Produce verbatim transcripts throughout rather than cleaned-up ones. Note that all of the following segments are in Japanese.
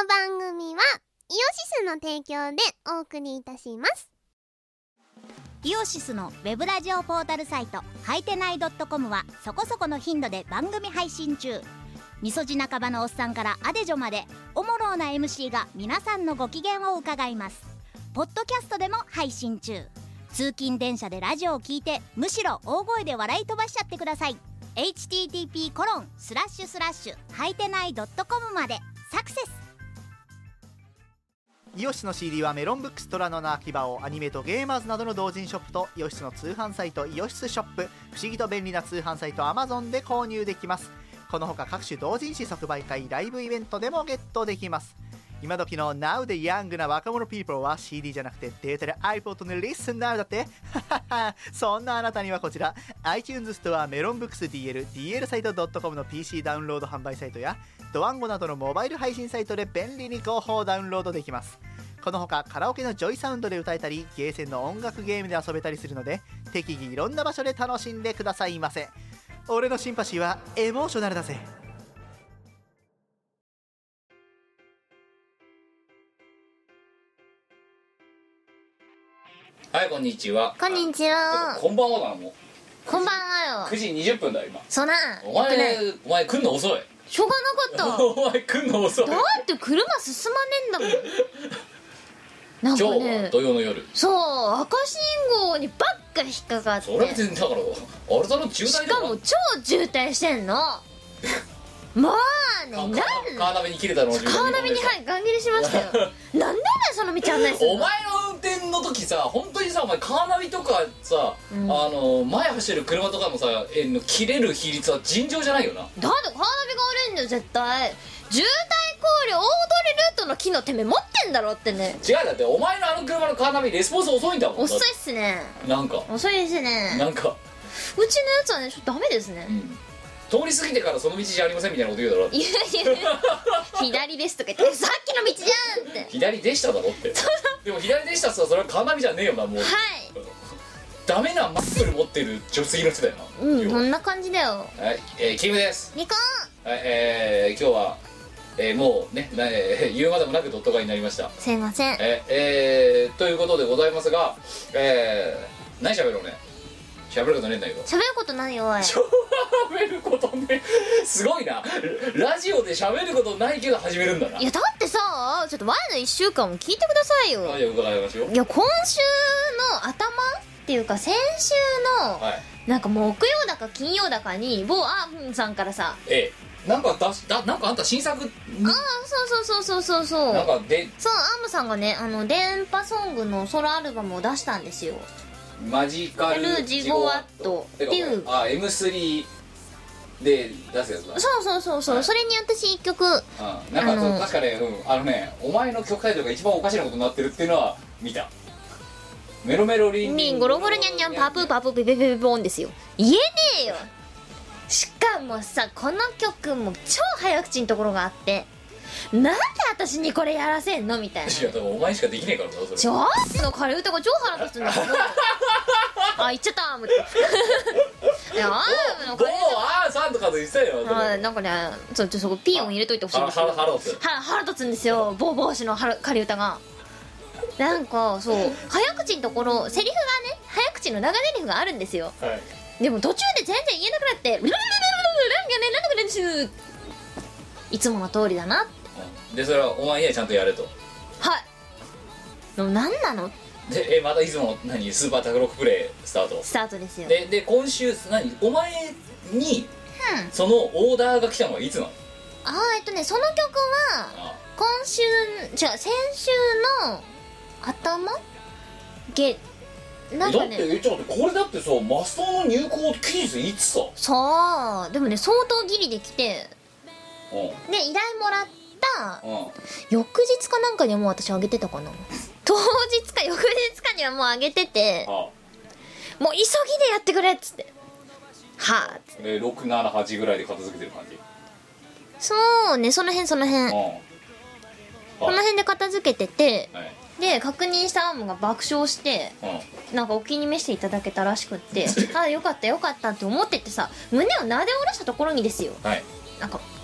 の番組はイオシスの提供でお送りいたします。 イオシスのウェブラジオポータルサイトはいてない .com はそこそこの頻度で番組配信中。みそじ半ばのおっさんからアデジョまでおもろうな エムシー が皆さんのご機嫌を伺います。ポッドキャストでも配信中。通勤電車でラジオを聞いてむしろ大声で笑い飛ばしちゃってください。 エイチティーティーピーコロンスラッシュスラッシュはいてない .com までサクセス。 イオシスの シーディー はメロンブックストラノの秋葉をアニメとゲーマーズなどの同人ショップとイオシスの通販サイトイオシスショップ、不思議と便利な通販サイト Amazon で購入できます。このほか各種同人誌即売会、ライブイベントでもゲットできます。今時の Now でヤングな若者 people は シーディー じゃなくてデータで iPod の Listen Now だってそんなあなたにはこちら iTunes ストア、メロンブックス ディーエル、ディーエル サイト .com の ピーシー ダウンロード販売サイトやドワンゴなどのモバイル配信サイトで便利に広報ダウンロードできます。このほかカラオケのジョイサウンドで歌えたり、ゲーセンの音楽ゲームで遊べたりするので適宜いろんな場所で楽しんでくださいませ。俺のシンパシーはエモーショナルだぜ。 はい、こんにちは。 こんにちは。 こんばんはだな、もうこんばんはよ。 くじにじゅっぷんだよ今。 そうな。 お前お前来んの遅い。 しょうがなかったお前来んの遅い。 だって車進まねえんだもん。なんかね、 今日土曜の夜、 そう赤信号にばっか引っかかって、 それ別にだからあれだろ、渋滞だろ。 しかも超渋滞してんのまあね、なんカーナビに切れたの。 カーナビに、はい、ガン切りしましたよなんでその道案内するの。 お前の運転の時さ、本当にさ、お前カーナビとかさ、うん、あの前走る車とかのさ、えの切れる比率は尋常じゃないよな。だってカーナビが悪いんだよ絶対。渋滞考慮大通りルートの機能てめえ持ってんだろってね。 違う、だってお前のあの車のカーナビレスポンス遅いんだもん。 遅いっすね。 なんか遅いですね。 なんかうちのやつはねちょっとダメですね、うん、 通り過ぎてからその道じゃありませんみたいなこと言うだろ。いやいや左ですとか言ってさっきの道じゃんって左でしただろってでも左でしたっつったらそれはカーナビじゃねえよな、もう。はい、ダメなマッスル持ってる助手席の人だよな。 うん、こんな感じだよ。 はい、えー、キムです。 ニコン。はい、えー、今日は、えー、もうね、えー、言うまでもなくドット会になりました。 すいません。 えー、えー、ということでございますが、えー、何喋ろうね。喋ることねえんだけど。 喋ることないよおい。 喋ることねすごいな。ラジオで喋ることないけど始めるんだな。 いやだってさ、ちょっと前のいっしゅうかんも聞いてくださいよ。 あ、じゃあ伺いましょう。 いや今週の頭っていうか先週の、はい、なんか木曜だか金曜だかに某アームさんからさ、 ええ、なんかだしだなんかあんた新作。ああ、 そうそうそうそうそうなんかで、 そうアームさんがね、あの電波ソングのソロアルバムを出したんですよ。 マジカルジゴワットっていう、 あ エムスリー で出すやつだ。 そうそうそうそう、はい、それに私一曲、うん、 なんか確かね、うん、あのね、お前の曲タイトルが一番おかしなことになってるっていうのは見た。メロメロリンリンゴロゴロニャンニャンパプパプペペペペポンですよ。言えねえよ。しかもさ、この曲も超早口のところがあって、なんで私にこれやらせんのみたいな。 いや、でもお前しかできねえからな、それ。 ちょっとの仮歌が超腹立つんだけどあ、言っちゃったーっていや、あーの仮歌あーさんとかと言ってたよ。 あ、なんかね、ちょっとそこピー音入れといてほしいんですよ。 腹立つ腹立つんですよ、ボーボー氏の仮歌が。なんかそう早口のところ、セリフがね、早口の長台詞があるんですよ、はい、でも途中で全然言えなくなって「ルルルルルルルルルルルルルルいつもの通りだな」 で、それはお前にはちゃんとやれと。 はい。でも何なので、え、またいつもの何スーパータクロックプレイスタートスタートですよ。 で、で今週何お前に、うん、そのオーダーが来たのはいつなの？ あー、えっとね、その曲は今週、違う、先週の頭げなんかね、 だって、ちょっとこれだってさ、マスターの入稿期日いつさ。 さあ、でもね、相当ギリできて、うん、で依頼もらった、うん、翌日かなんかにはもう私あげてたかな当日か翌日かにはもうあげてて、はあ、もう急ぎでやってくれっつってはあっつってでろく、なな、はちぐらいで片付けてる感じ。 そうね、その辺その辺、うん、この辺で片付けてて、はい、で確認したアームが爆笑して、うん、なんかお気に召していただけたらしくってああよかったよかったって思っててさ、胸をなで下ろしたところにですよ、はい、なんか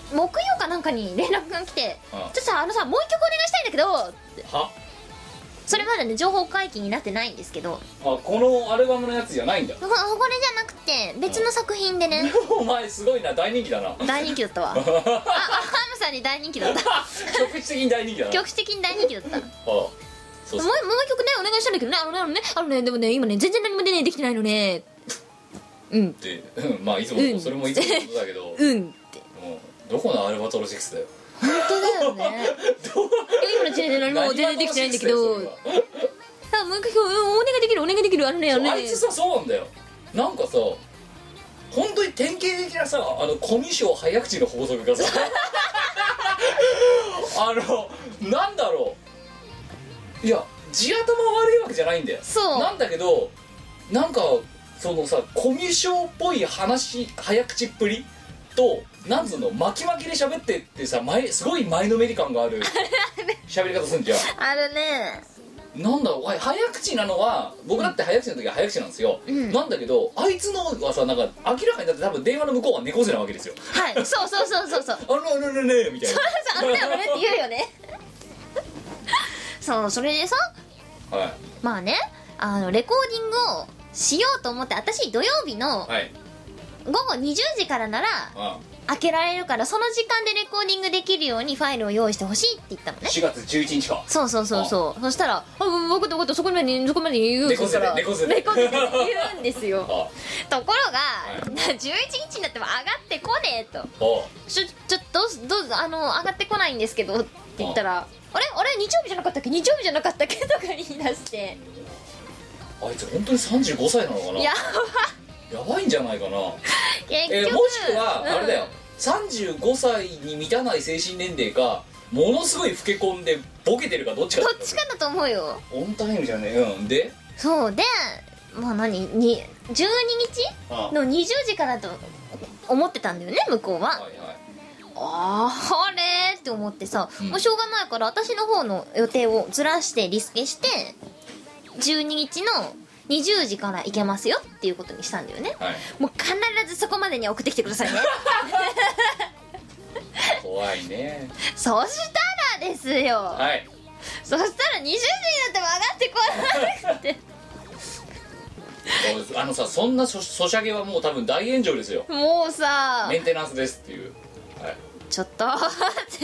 木曜かなんかに連絡が来て「ちょっとさあのさもう一曲お願いしたいんだけど」ってはそれまだね情報解禁になってないんですけど、 あこのアルバムのやつじゃないんだ。 ここれじゃなくて別の作品でねお前すごいな、大人気だな。 大人気だったわああハムさんに大人気だった局地的に大人気だな。 局地的に大人気だった。 あそうそう、 もうもう一曲ねお願いしたんだけどね、あのねあのねあのねでもね今ね全然何もねできてないのねうんで、うん、まあいつも、 うんそれもいつものことだけどうんってもうどこのアルバトロシックスだよ。 本当だよねいや今の時点で何も全然できてないんだけどあもう一回お願いできるお願いできるあのねあのねあいつさそうなんだよ。なんかさ本当に典型的なさあのコミュ障早口の法則がさあのなんだろう、いや地頭悪いわけじゃないんだよ。 そうなんだけどなんかそのさコミュ障っぽい話早口っぷりとなんつうの巻き巻きで喋ってってさ前すごい前のめり感がある喋り方すんじゃん。 あるねなんだろう早口なのは僕だって早口の時は早口なんですよ、うん、なんだけどあいつのはさなんか明らかにだって多分電話の向こうは猫背なわけですよ。 はいそうそうそうそうそうあのあのねねみたいなあのねあのねって言うよねそうそれでさ、 はい、 まあねあのレコーディングをしようと思って私土曜日の午後にじゅうじからなら、はい、開けられるからその時間でレコーディングできるようにファイルを用意してほしいって言ったのね。 しがつじゅういちにちか。そうそうそうそうそしたら「あ僕と僕とそこまでそこまで言う」 猫背で猫背で猫背で言うんですよところが、はい、じゅういちにちになっても上がってこねえとちょちょっとどうぞあの上がってこないんですけどって言ったら「あれあれ日曜日じゃなかったっけ日曜日じゃなかったっけ?」とか言い出してあいつ本当にさんじゅうごさいなのかな。 やばやばいんじゃないかな結局、 えー、もしくはあれだよ、うん、さんじゅうごさいに満たない精神年齢かものすごい老け込んでボケてるかどっちかどっちかだと思うよ。 オンタイムじゃねえうんでそうでまあ何にじゅうににちのにじゅうじからと思ってたんだよね向こうは。はいはい、あーあれって思ってさ、うん、もうしょうがないから私の方の予定をずらしてリスケしてじゅうににちのにじゅうじから行けますよっていうことにしたんだよね、はい、もう必ずそこまでに送ってきてくださいね怖いね。 そしたらですよ、 はい、 そしたらにじゅうじになっても上がってこなくてあのさそんなソシャゲはもう多分大炎上ですよ。 もうさメンテナンスですっていう、はい、 ちょっとって、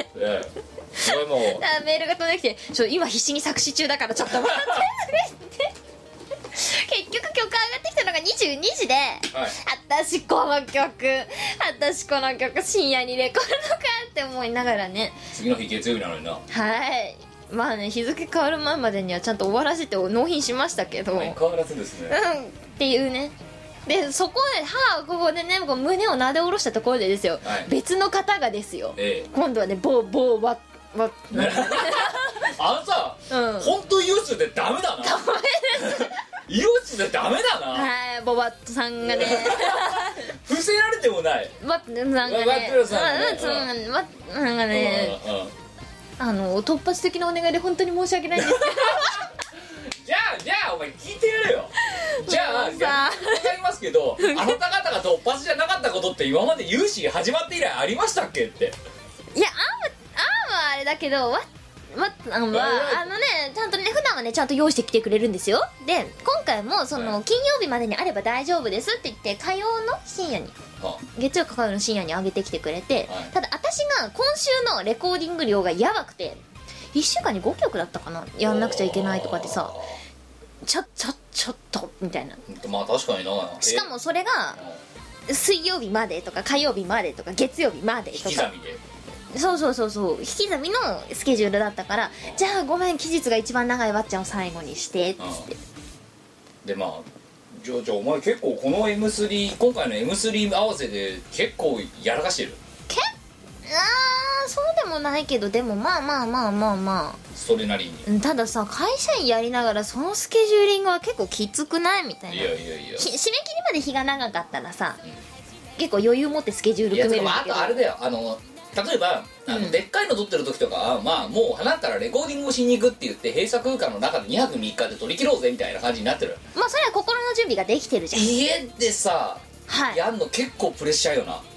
ええ、それもメールが飛んできてちょ今必死に作詞中だからちょっと待ってって結局曲上がってきたのがにじゅうにじで、はい、私この曲私この曲深夜にレコードかって思いながらね次の日月曜日なのにな。 はいまあね日付変わる前までにはちゃんと終わらせて納品しましたけど、 はい、変わらずですねうんっていうね。でそこではあここでねこう胸をなで下ろしたところでですよ、はい、別の方がですよ、ええ、今度はねボーボーワッワッあのさ、うん、本当イオシスでダメだなダメですイオシスでダメだな。 はいボバットさんがね伏せられてもないバットさんがねバットさんがねバットさんがねあの突発的なお願いで本当に申し訳ないんですけどじゃあじゃあお前聞いてやるよ。じゃあ逆に分かりますけどあなた方が突発じゃなかったことって今までユーシー始まって以来ありましたっけって。 いやあんあんはあれだけどわわあんはあのねちゃんとね普段はねちゃんと用意してきてくれるんですよ。で今回もその金曜日までにあれば大丈夫ですって言って火曜の深夜に月曜か火曜の深夜に上げてきてくれて、はい、ただ私が今週のレコーディング量がやばくていっしゅうかんにごきょくだったかなやんなくちゃいけないとかでさちょちょちょっとみたいな。 まあ確かにな。 しかもそれが水曜日までとか火曜日までとか月曜日までとか引き刻みでそうそうそうそう引き刻みのスケジュールだったからじゃあごめん期日が一番長いわっちゃんを最後にしてっつってでまあじゃあじゃあお前結構この エムスリー 今回の エムスリー 合わせで結構やらかしてる。 けあーそうでもないけどでもまあまあまあまあまあそれなりに。 たださ会社員やりながらそのスケジューリングは結構きつくないみたいな。 いやいやいや締め切りまで日が長かったらさ、うん、結構余裕持ってスケジュール組めるんだけど。 あとあれだよあの例えばあの、うん、でっかいの撮ってる時とかはまあもう花からレコーディングをしに行くって言って閉鎖空間の中でにはくみっかで撮り切ろうぜみたいな感じになってる。 まあそれは心の準備ができてるじゃん。 家でさ、はい、やんの結構プレッシャーよな。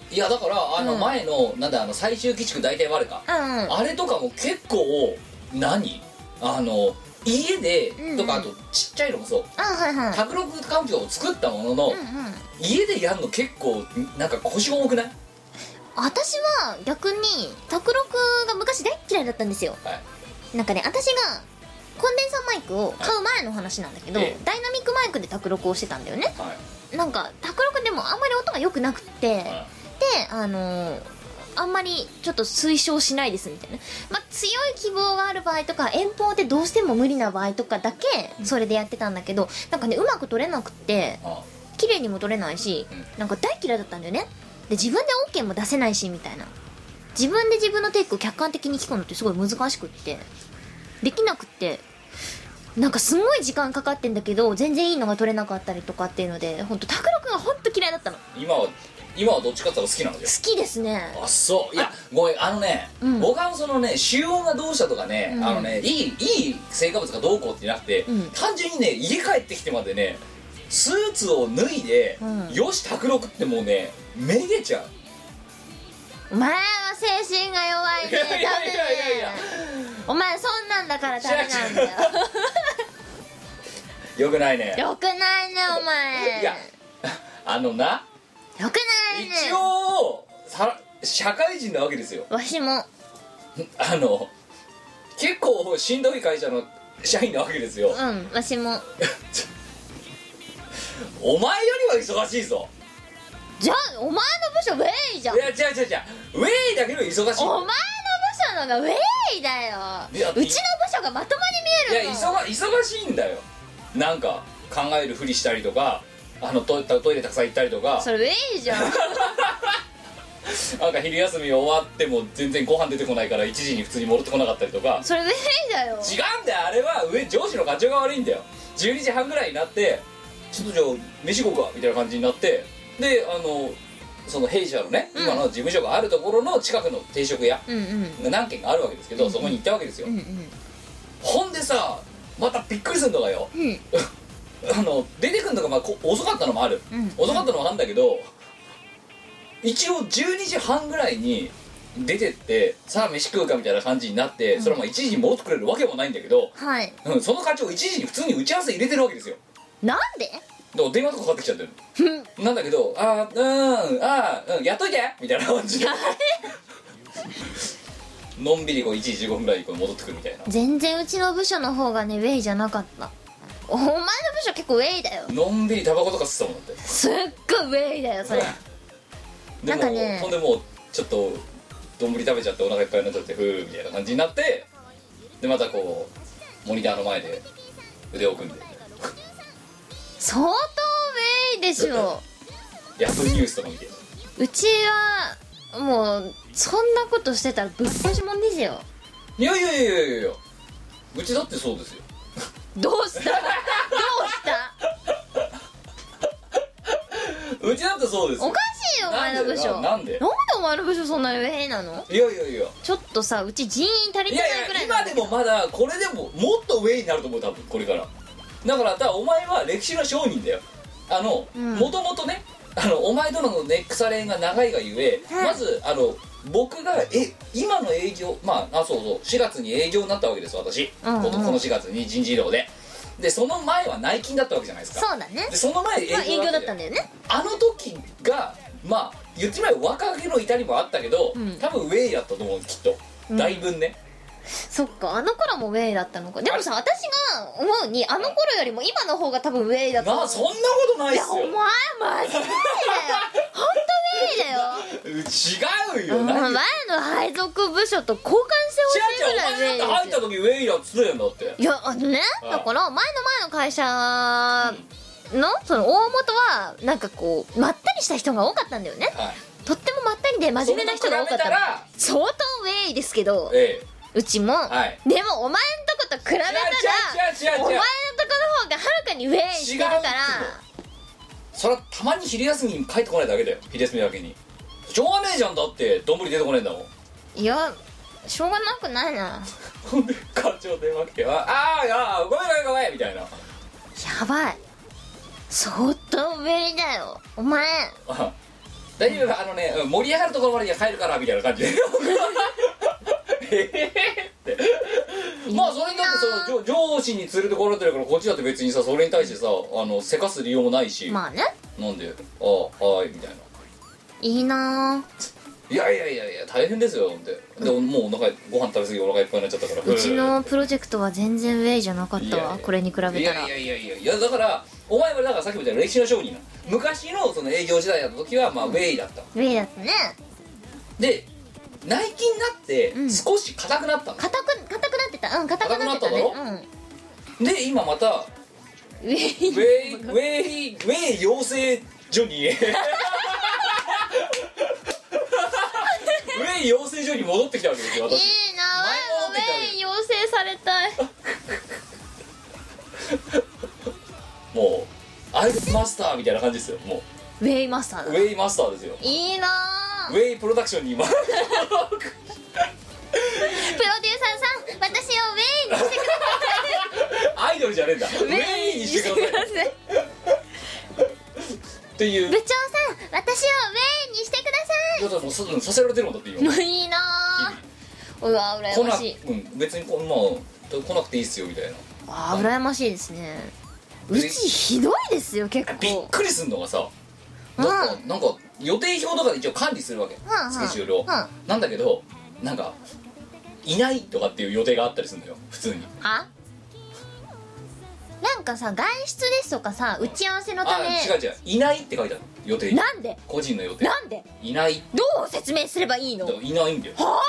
いやだからあのうん前の、なんだあの最終鬼畜大体我か、 うんうんあれとかも結構何あの家で、 うんうん、 とかあとちっちゃいのもそうあはいはい卓録環境を作ったものの、 うんうん、 家でやるの結構なんか腰が重くない？ 私は逆に卓録が昔大っ嫌いだったんですよ、 はい、 なんかね私がコンデンサーマイクを買う前の話なんだけど、はい、ダイナミックマイクで卓録をしてたんだよね、はい、なんか卓録でもあんまり音が良くなくって、はい、であのーあんまりちょっと推奨しないですみたいな、まあ、強い希望がある場合とか遠方でどうしても無理な場合とかだけそれでやってたんだけど、なんかねうまく撮れなくって綺麗にも撮れないし、なんか大嫌いだったんだよね。で自分で OK も出せないしみたいな、自分で自分のテイクを客観的に聞くのってすごい難しくってできなくって、なんかすごい時間かかってんだけど全然いいのが撮れなかったりとかっていうので、本当卓録が本当嫌いだったの。 今は今はどっちかって言ったら好きなんですよ。好きですね。 あ、そう。いやごめん、あのね、うん、僕はそのね集音がどうしたとかね、うん、あのねいいいい成果物がどうこうってなくて、うん、単純にね家帰ってきてまでねスーツを脱いで、うん、よし卓録ってもうねめげちゃう。 お前は精神が弱いね。 いやいやいやいやいやお前そんなんだからダメなんだよ。 よくないね。 よくないねお前。 いやあのなよくないね。 一応さ社会人なわけですよ。 わしもあの結構しんどい会社の社員なわけですよ。 うんわしもお前よりは忙しいぞ。 じゃあお前の部署ウェイじゃん。 いや違う違う違うウェイだけど忙しい。 お前の部署のがウェイだよ。うちの部署がまともに見えるの。 いや 忙, 忙しいんだよ。なんか考えるふりしたりとか、あの ト, トイレたくさん行ったりとか。 それウェイじゃん。 なんか昼休み終わっても全然ご飯出てこないからいちじに普通に戻ってこなかったりとか。 それウェイだよ。 違うんだよ、あれは上上司の課長が悪いんだよ。じゅうにじはんぐらいになってちょっとじゃあ飯行こうかみたいな感じになって、であのその弊社のね、うん、今の事務所があるところの近くの定食屋が何軒かあるわけですけど、うんうん、そこに行ったわけですよ、うんうん、ほんでさまたびっくりするのがよ、うん、あの出てくるのがまあ遅かったのもある、うん、遅かったのもあるんだけど、一応じゅうにじはんぐらいに出てってさあ飯食うかみたいな感じになって、うん、それはまあいちじに戻ってくれるわけもないんだけど、はいうん、その課長いちじに普通に打ち合わせ入れてるわけですよ。 なんで？ だから電話とかかかってきちゃってるなんだけど、あーうんあーうんやっといてみたいな感じでのんびりこういちじじゅうごふんぐらいにこう戻ってくるみたいな。 全然うちの部署の方がねウェイじゃなかった。お前の部署結構ウェイだよ。 のんびりタバコとか吸ってたもんだって。 すっごいウェイだよそれ。 でもなんかね、ほんでもうちょっと丼食べちゃってお腹いっぱいになっちゃってふーみたいな感じになって、でまたこうモニターの前で腕を組んで相当ウェイでしょ。 ヤフーニュースとか見て、 うちはもうそんなことしてたらぶっ壊しもんですよ。 いやいやいやいやいやうちだってそうですよ。 どうしたどうしたうちだってそうですよ。 おかしいよお前の部署。 なんでなんでお前の部署そんなにウェイなの？ いやいやいやちょっとさうち人員足りてないくらい。 いやいや今でもまだこれでももっとウェイになると思う多分これから。だからただお前は歴史の商人だよ。あのもともとねあのお前とのね腐れ縁が長いがゆえ、はい、まずあの僕がえ今の営業まああそうそうしがつに営業になったわけです私、うんうん、このしがつに人事異動ででその前は内勤だったわけじゃないですか。 そうだね。 でその前営業だった、まあ、営業だったんだよね。あの時がまあ言ってみれば若気の至りもあったけど、うん、多分ウェイだったと思うきっと、うん、だいぶね。 そっかあの頃もウェイだったのか。でもさ私が思うにあの頃よりも今の方が多分ウェイだったの。 まあそんなことないっすよ。 いやお前マジで本当ウェイだよ。違うよ。前の配属部署と交換してほしいぐらいウェイですよ。 お前だって入った時ウェイだっつってんだって。 いやあのねだから前の前の会社のその大元はなんかこうまったりした人が多かったんだよね、はい、とってもまったりで真面目な人が多かったの。相当ウェイですけど、ええうちも、はい、でもお前のとこと比べたらお前のとこの方がはるかにウェイしてるから。 それはたまに昼休みに帰ってこないだけだよ。昼休みだけにしょうがねえじゃん。だって丼出てこねえんだもん。 いやしょうがなくないな。 ほんで課長電話来てはああいやごめんごめんごめんみたいな。やばい相当ウェイだよお前。 大丈夫、あのね盛り上がるところまでには帰るからみたいな感じでえーってまあそれにだってその上司に連れてこられてるからこっちだって別にさそれに対してさあのせかす理由もないし、 まあね、 なんでああはいみたいな、 いいな。 いやいやいやいや大変ですよって、でももうお腹ご飯食べ過ぎお腹いっぱいになっちゃったから、 うちのプロジェクトは全然ウェイじゃなかったわ。 いやいやこれに比べたら。 いやいやいやいやいやだからお前はだからさっきも言った歴史の商人な昔のその営業時代だった時はまあウェイだった、 ウェイだったね。 でナイキになってうん少し硬くなったの、 硬く硬くなってた。うん、硬くなってたね。 硬くなったうん。 で今またウェイウェイウェイウェイ養成所にウェイ養成所に戻ってきたわけですよ私。 いいな。ウェイ養成されたい。 もうアイドルマスターみたいな感じですよ。もウェイマスターだ。 うウェイマスターですよ。 いいな。 ウェイプロダクションに今プロデューサーさん、私をウェイにしてくだアイドルじゃねえんだ。ウさい。 ェイにしてくださいさい。 っていう。 部長さん、私をウェイにしてくだいやだからもうささせられてるもんだって今。 さい。いいな。うわ、 来な羨ましい。 うん別にこまあ来なくていいっすよみたいな。 あー、羨ましいですね。うちひどいですよ、結構。 びっくりすんのがさ、なんか、 うなんか予定表とかで一応管理するわけ、 うんうんスケジュールを、 うんなんだけどなんかいないとかっていう予定があったりするんだよ普通に。 あ、なんかさ、外出ですとかさ、打ち合わせのたあめ。 違う違ういないって書いてある予定に。 なんで個人の予定なんでいないどう説明すればいいの？ だからいないんだよ。 は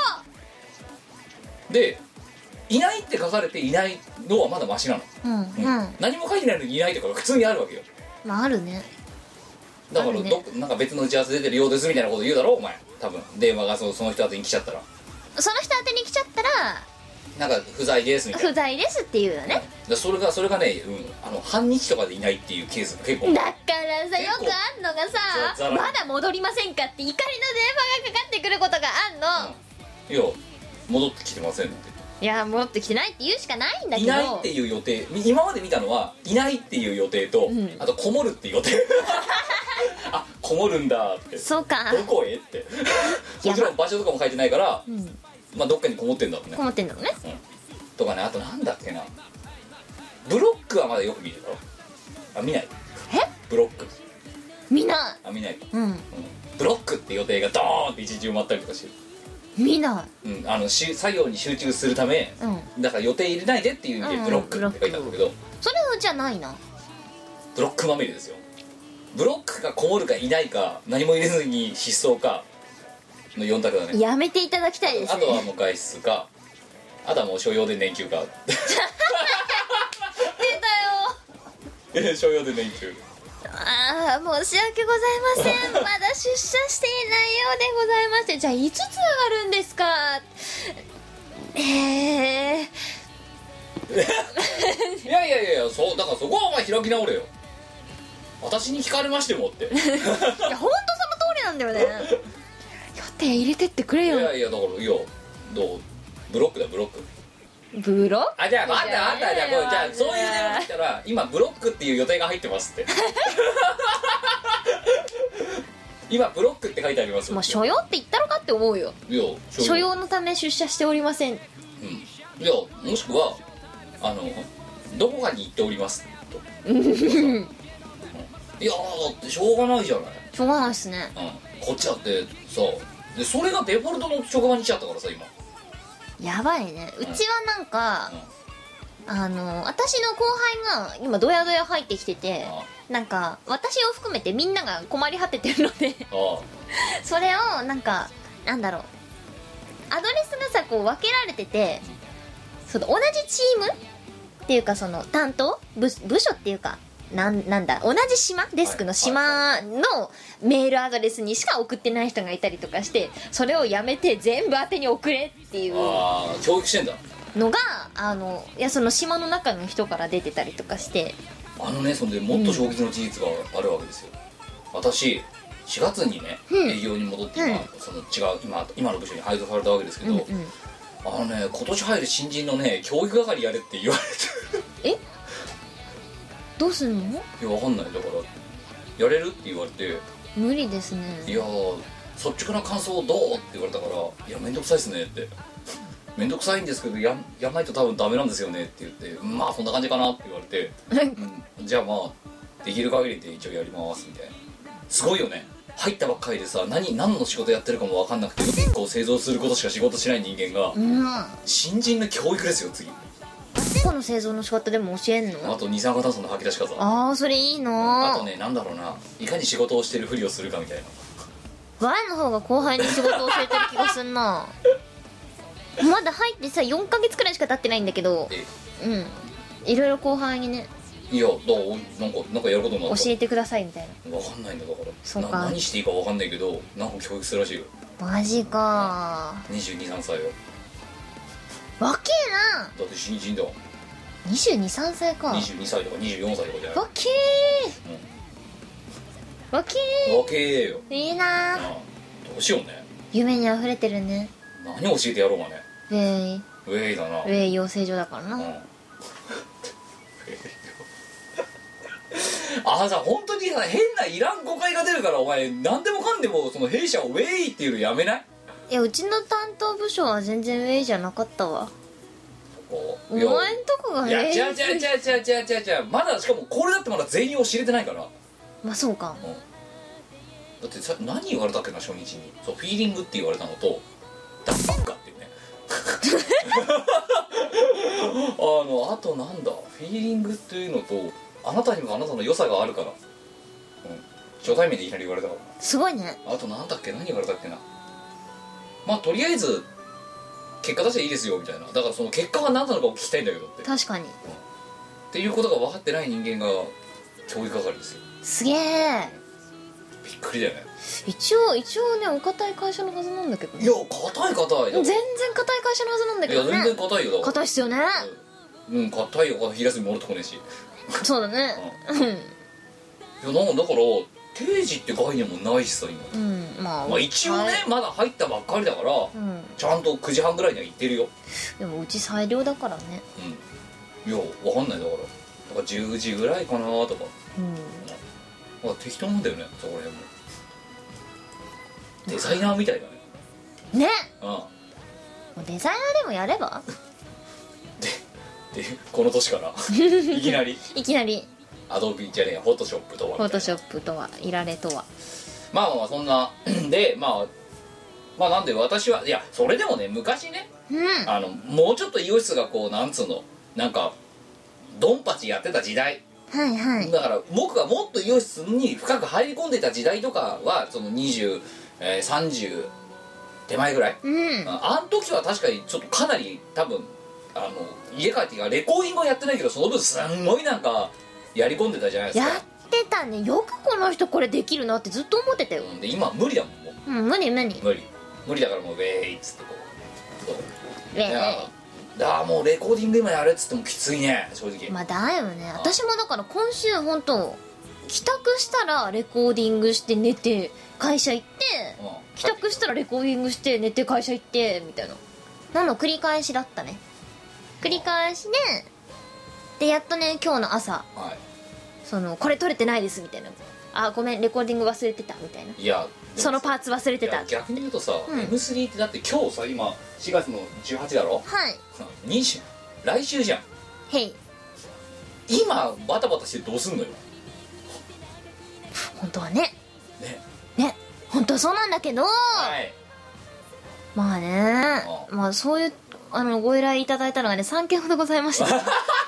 でいないって書かれていないのはまだマシなの、 あ。うんうんうん。 何も書いてないのにいないとかが普通にあるわけよ。 まああるね。 だからあるねどっなんか別の打ち合わせ出てるようですみたいなこと言うだろお前多分電話がそのその人宛てに来ちゃったらその人宛てに来ちゃったらなんか不在ですみたいな。 不在ですっていうよね。 でそれがそれがね、うん、あの半日とかでいないっていうケースが結構だからさ、よくあんのがさ、 ざざらまだ戻りませんかって怒りの電話がかかってくることがあんの。 いや戻ってきてませんっていや、戻ってきてないって言うしかないんだけいど。 ないっていう予定今まで見たのはいないっていう予定と、 うんあとこもるっていう予定あこもるんだってそうか。 どこへってやばもちろん場所とかも書いてないからうん。 まあどっかにこもってんだろうねこもってんだろうね。 とかねあとなんだっけなブロックはまだよく見るだろあ見ないえブロック見なあ見ない、 い。うん。 うん、ブロックって予定がドーンって一日埋まったりとかしてる見なうん、あのし作業に集中するためい。うん。 だから予定入れないでっていう意味でうんブロックって書いてあるんだけど、 それじゃないな。 ブロックまみれですよ。ブロックがこもるかいないか何も入れずに失踪かのよん択だね。 やめていただきたいですね。 あとはもう外出かあとはもう所用で年休か出たよ。 所用で年休ああ、申し訳ございません。まだ出社していないようでございまして。じゃあいつつ上がるんですか？ええいやいやいやそうだからそこはお前開き直れよ私に聞かれましてもっていいや、ほんとその通りなんだよね。予定入れてってくれよ。 やいやだからいやどうブロックだブロックブロあじゃああんたあんたじゃあこれじゃあそういう電話が来たら今ブロックっていう予定が入ってますって今ブロックって書いてありますよもう所用って言ったのかって思うよ。 いや所用のため出社しておりません。 うんいやもしくはあのどこかに行っておりますといやーだってしょうがないじゃない、 しょうがないっすね。 うん、こっちだってさでそれがデフォルトの職場に来ちゃったからさ今やばいね。うちはなんか、あの私の後輩が今ドヤドヤ入ってきてて、なんか私を含めてみんなが困り果ててるのであそれをなんかなんだろう、アドレスがさこう分けられてて、その同じチームっていうかその担当 部, 部署っていうかなんなんだ同じ島デスクの島のメールアドレスにしか送ってない人がいたりとかして、それをやめて全部宛てに送れっていうあー教育してんだのがあのいやその島の中の人から出てたりとかして、 あのねそんでもっと衝撃の事実があるわけですよ、私しがつにね、 うん営業に戻って今、 うんその違う 今, 今の部署に配属されたわけですけど、 うんうん、 あのね今年入る新人のね教育係やれって言われてえどうすんの？ いやわかんないだからやれるって言われて無理ですね。 いやー率直な感想どうって言われたから、いやめんどくさいっすねって、めんどくさいんですけど や, やんないと多分ダメなんですよねって言って、まあそんな感じかなって言われて、うん、じゃあまあできる限りで一応やりますみたいな。すごいよね、入ったばっかりでさ、何何の仕事やってるかも分かんなくて結構製造することしか仕事しない人間が、 うん、 新人の教育ですよ次。 この製造の仕方でも教えんの？ あと二酸化炭素の吐き出し方。 ああそれいいな。 あとね、なんだろうな、いかに仕事をしてるふりをするかみたいな。 ワイの方が後輩に仕事を教えてる気がすんな。まだ入ってさよんかげつくらいしか経ってないんだけど、うんいろいろ後輩にね、 いやだなんかなんかやることになった、 教えてくださいみたいな。 分かんないんだだから。 そうか、 な何していいか分かんないけど、なんか教育するらしいよ。 マジかにじゅうに、さんさいよ。 わけえな。 だって新人だわ。 にじゅうに、さんさいか。 にじゅうにさいとかにじゅうよんさいとかじゃない。 わけー、わけわけーよ。 ーいいな。 ああどうしようね。 夢にあふれてるね。 何教えてやろうがね。 ウェイウェイだな。 ウェイ養成所だからな、 うんああさ本当にさ変ないらん誤解が出るから、お前何でもかんでもその弊社をウェイっていうのやめない？ いやうちの担当部署は全然ウェイじゃなかったわ。お前んとこがウェイ。 いや違う違う違う違う違う違う違う、まだしかもこれだってまだ全容知れてないから。 まあそうか、 うん、だってさ何言われたっけな初日に。そうフィーリングって言われたのとダッサンかっていうねあのあとなんだフィーリングっていうのとあなたにもあなたの良さがあるから、うん、初対面でいきなり言われたから。 すごいね。 あとなんだっけ何言われたっけな。まあとりあえず結果出していいですよみたいな。だからその結果は何なのかを聞きたいんだけどって、 確かに、 うん、っていうことが分かってない人間が教育係ですよ。 すげえ。 びっくりだよね。 一応一応ねお堅い会社のはずなんだけどね。 いや硬い硬い全然硬い会社のはずなんだけどね。 いや全然硬いよ。だから硬いっすよね。 うん硬いよ。平すみもろとこねえし。 そうだね。うんいやなんかだから定時って概念もないしさ今、 うんまあ、 まあ一応ね、 はい、 まだ入ったばっかりだから、 うん、 ちゃんとくじはんぐらいには行ってるよ。 でもうち裁量だからね。 うんいやわかんないだからだからじゅうじぐらいかなとか、 うん、 まあ適当なんだよねそこら辺も。デザイナーみたいだね。 ねうんもうデザイナーでもやればででこの年からいきなりいきなりアドビじゃねえフォトショップとはフォトショップとはいられとはまあまあそんなでまあまあなんで私はいやそれでもね昔ね、 うんあのもうちょっとイオシスがこうなんつうのなんかドンパチやってた時代、 はいはいだから僕がもっとイオシスに深く入り込んでた時代とかはそのにじゅう、えー、さんじゅう手前ぐらい、 うんあん時は確かにちょっとかなり多分あの家帰ってからレコーディングはやってないけどその分すんごいなんかやり込んでたじゃないですか。 やってたね。よくこの人これできるなってずっと思ってたよ。 うんで今無理だもんもう、 うん無理無理無理無理だからもうウェーイっつってこうそうウェイいやだからもうレコーディング今やれっつってもきついね正直。 まあだよね。私もだから今週本当帰宅したらレコーディングして寝て会社行ってうん帰宅したらレコーディングして寝て会社行ってみたいななの繰り返しだったね。繰り返しででやっとね今日の朝はいそのこれ撮れてないですみたいな、あごめんレコーディング忘れてたみたいな、 いやそのパーツ忘れてた。 いや逆に言うとさ、 うんエムスリー ってだって今日さ今しがつのじゅうはちだろ。 はいにじゅう来週じゃん。 へい今バタバタしてどうすんのよ。 本当はねねね本当はそうなんだけど、 はいまあねあまあそういうあのご依頼いただいたのがねさんけんほどございましたそんな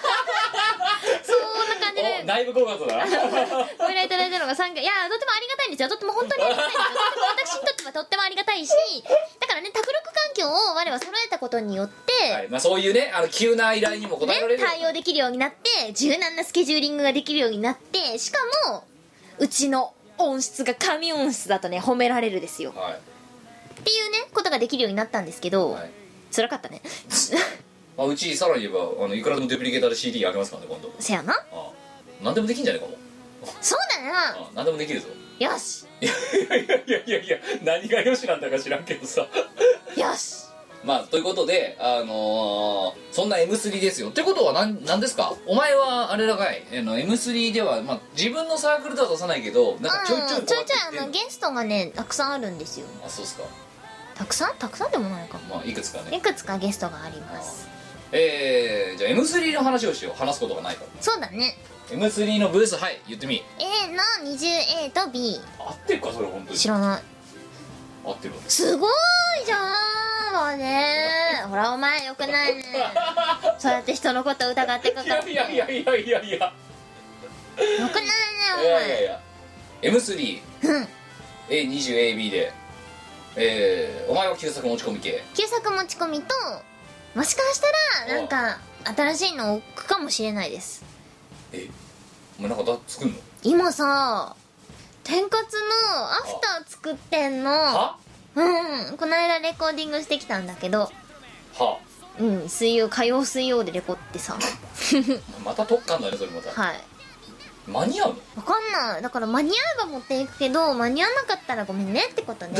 感じでお内部告発だなご依頼いただいたのがさんけん。いやとてもありがたいんですよ。とても本当にありがたいんですよ。とても私にとってはとってもありがたいし、だからね卓録環境を我は揃えたことによって、 はいまあ、そういうねあの急な依頼にも応えられる、 ね、対応できるようになって柔軟なスケジューリングができるようになって、しかもうちの音質が神音質だとね褒められるですよ、 はいっていうねことができるようになったんですけど、 はい辛かったねまあ、うちさらに言えばあのいくらでもデュプリケーターで シーディー あげますからね今度。 せやな。 ああ何でもできんじゃねえかも。 そうだな。 ああ何でもできるぞ。 よしいやいやいやいやいや何がよしなんだか知らんけどさよしまあということであのー、そんな エムスリー ですよってことは何なんですか。お前はあれだかい、あの エムスリー では、まあ、自分のサークルとは出さないけどなんかちょいちょいちょいちょいあのゲストがねたくさんあるんですよ。 あ、そうっすか。 たくさんたくさんでもないかも、 まあいくつかね。 いくつかゲストがあります。 えー、じゃあ エムスリー の話をしよう。話すことがないから。 そうだね。 エムスリー のブース、はい言ってみ。 A の にじゅうエー と B。 合ってるかそれ本当に。 知らない。 合ってる。 すごいじゃんもうね。ほらお前よくないね。そうやって人のこと疑ってかかって。 いやいやいやいやいやいやよくないねお前。 いやいやいや エムスリーうんエーにじゅうエービー で、えー、お前は旧作持ち込み系。 旧作持ち込みともしかしたらなんか新しいの置くかもしれないです。 えお前なんかだ作んの。 今さ天かつのアフター作ってんの。 はうんこの間レコーディングしてきたんだけど、 はうん水曜火曜水曜でレコってさまた特感だねそれまた。 はい間に合うの。 わかんない。だから間に合えば持っていくけど間に合わなかったらごめんねってことね。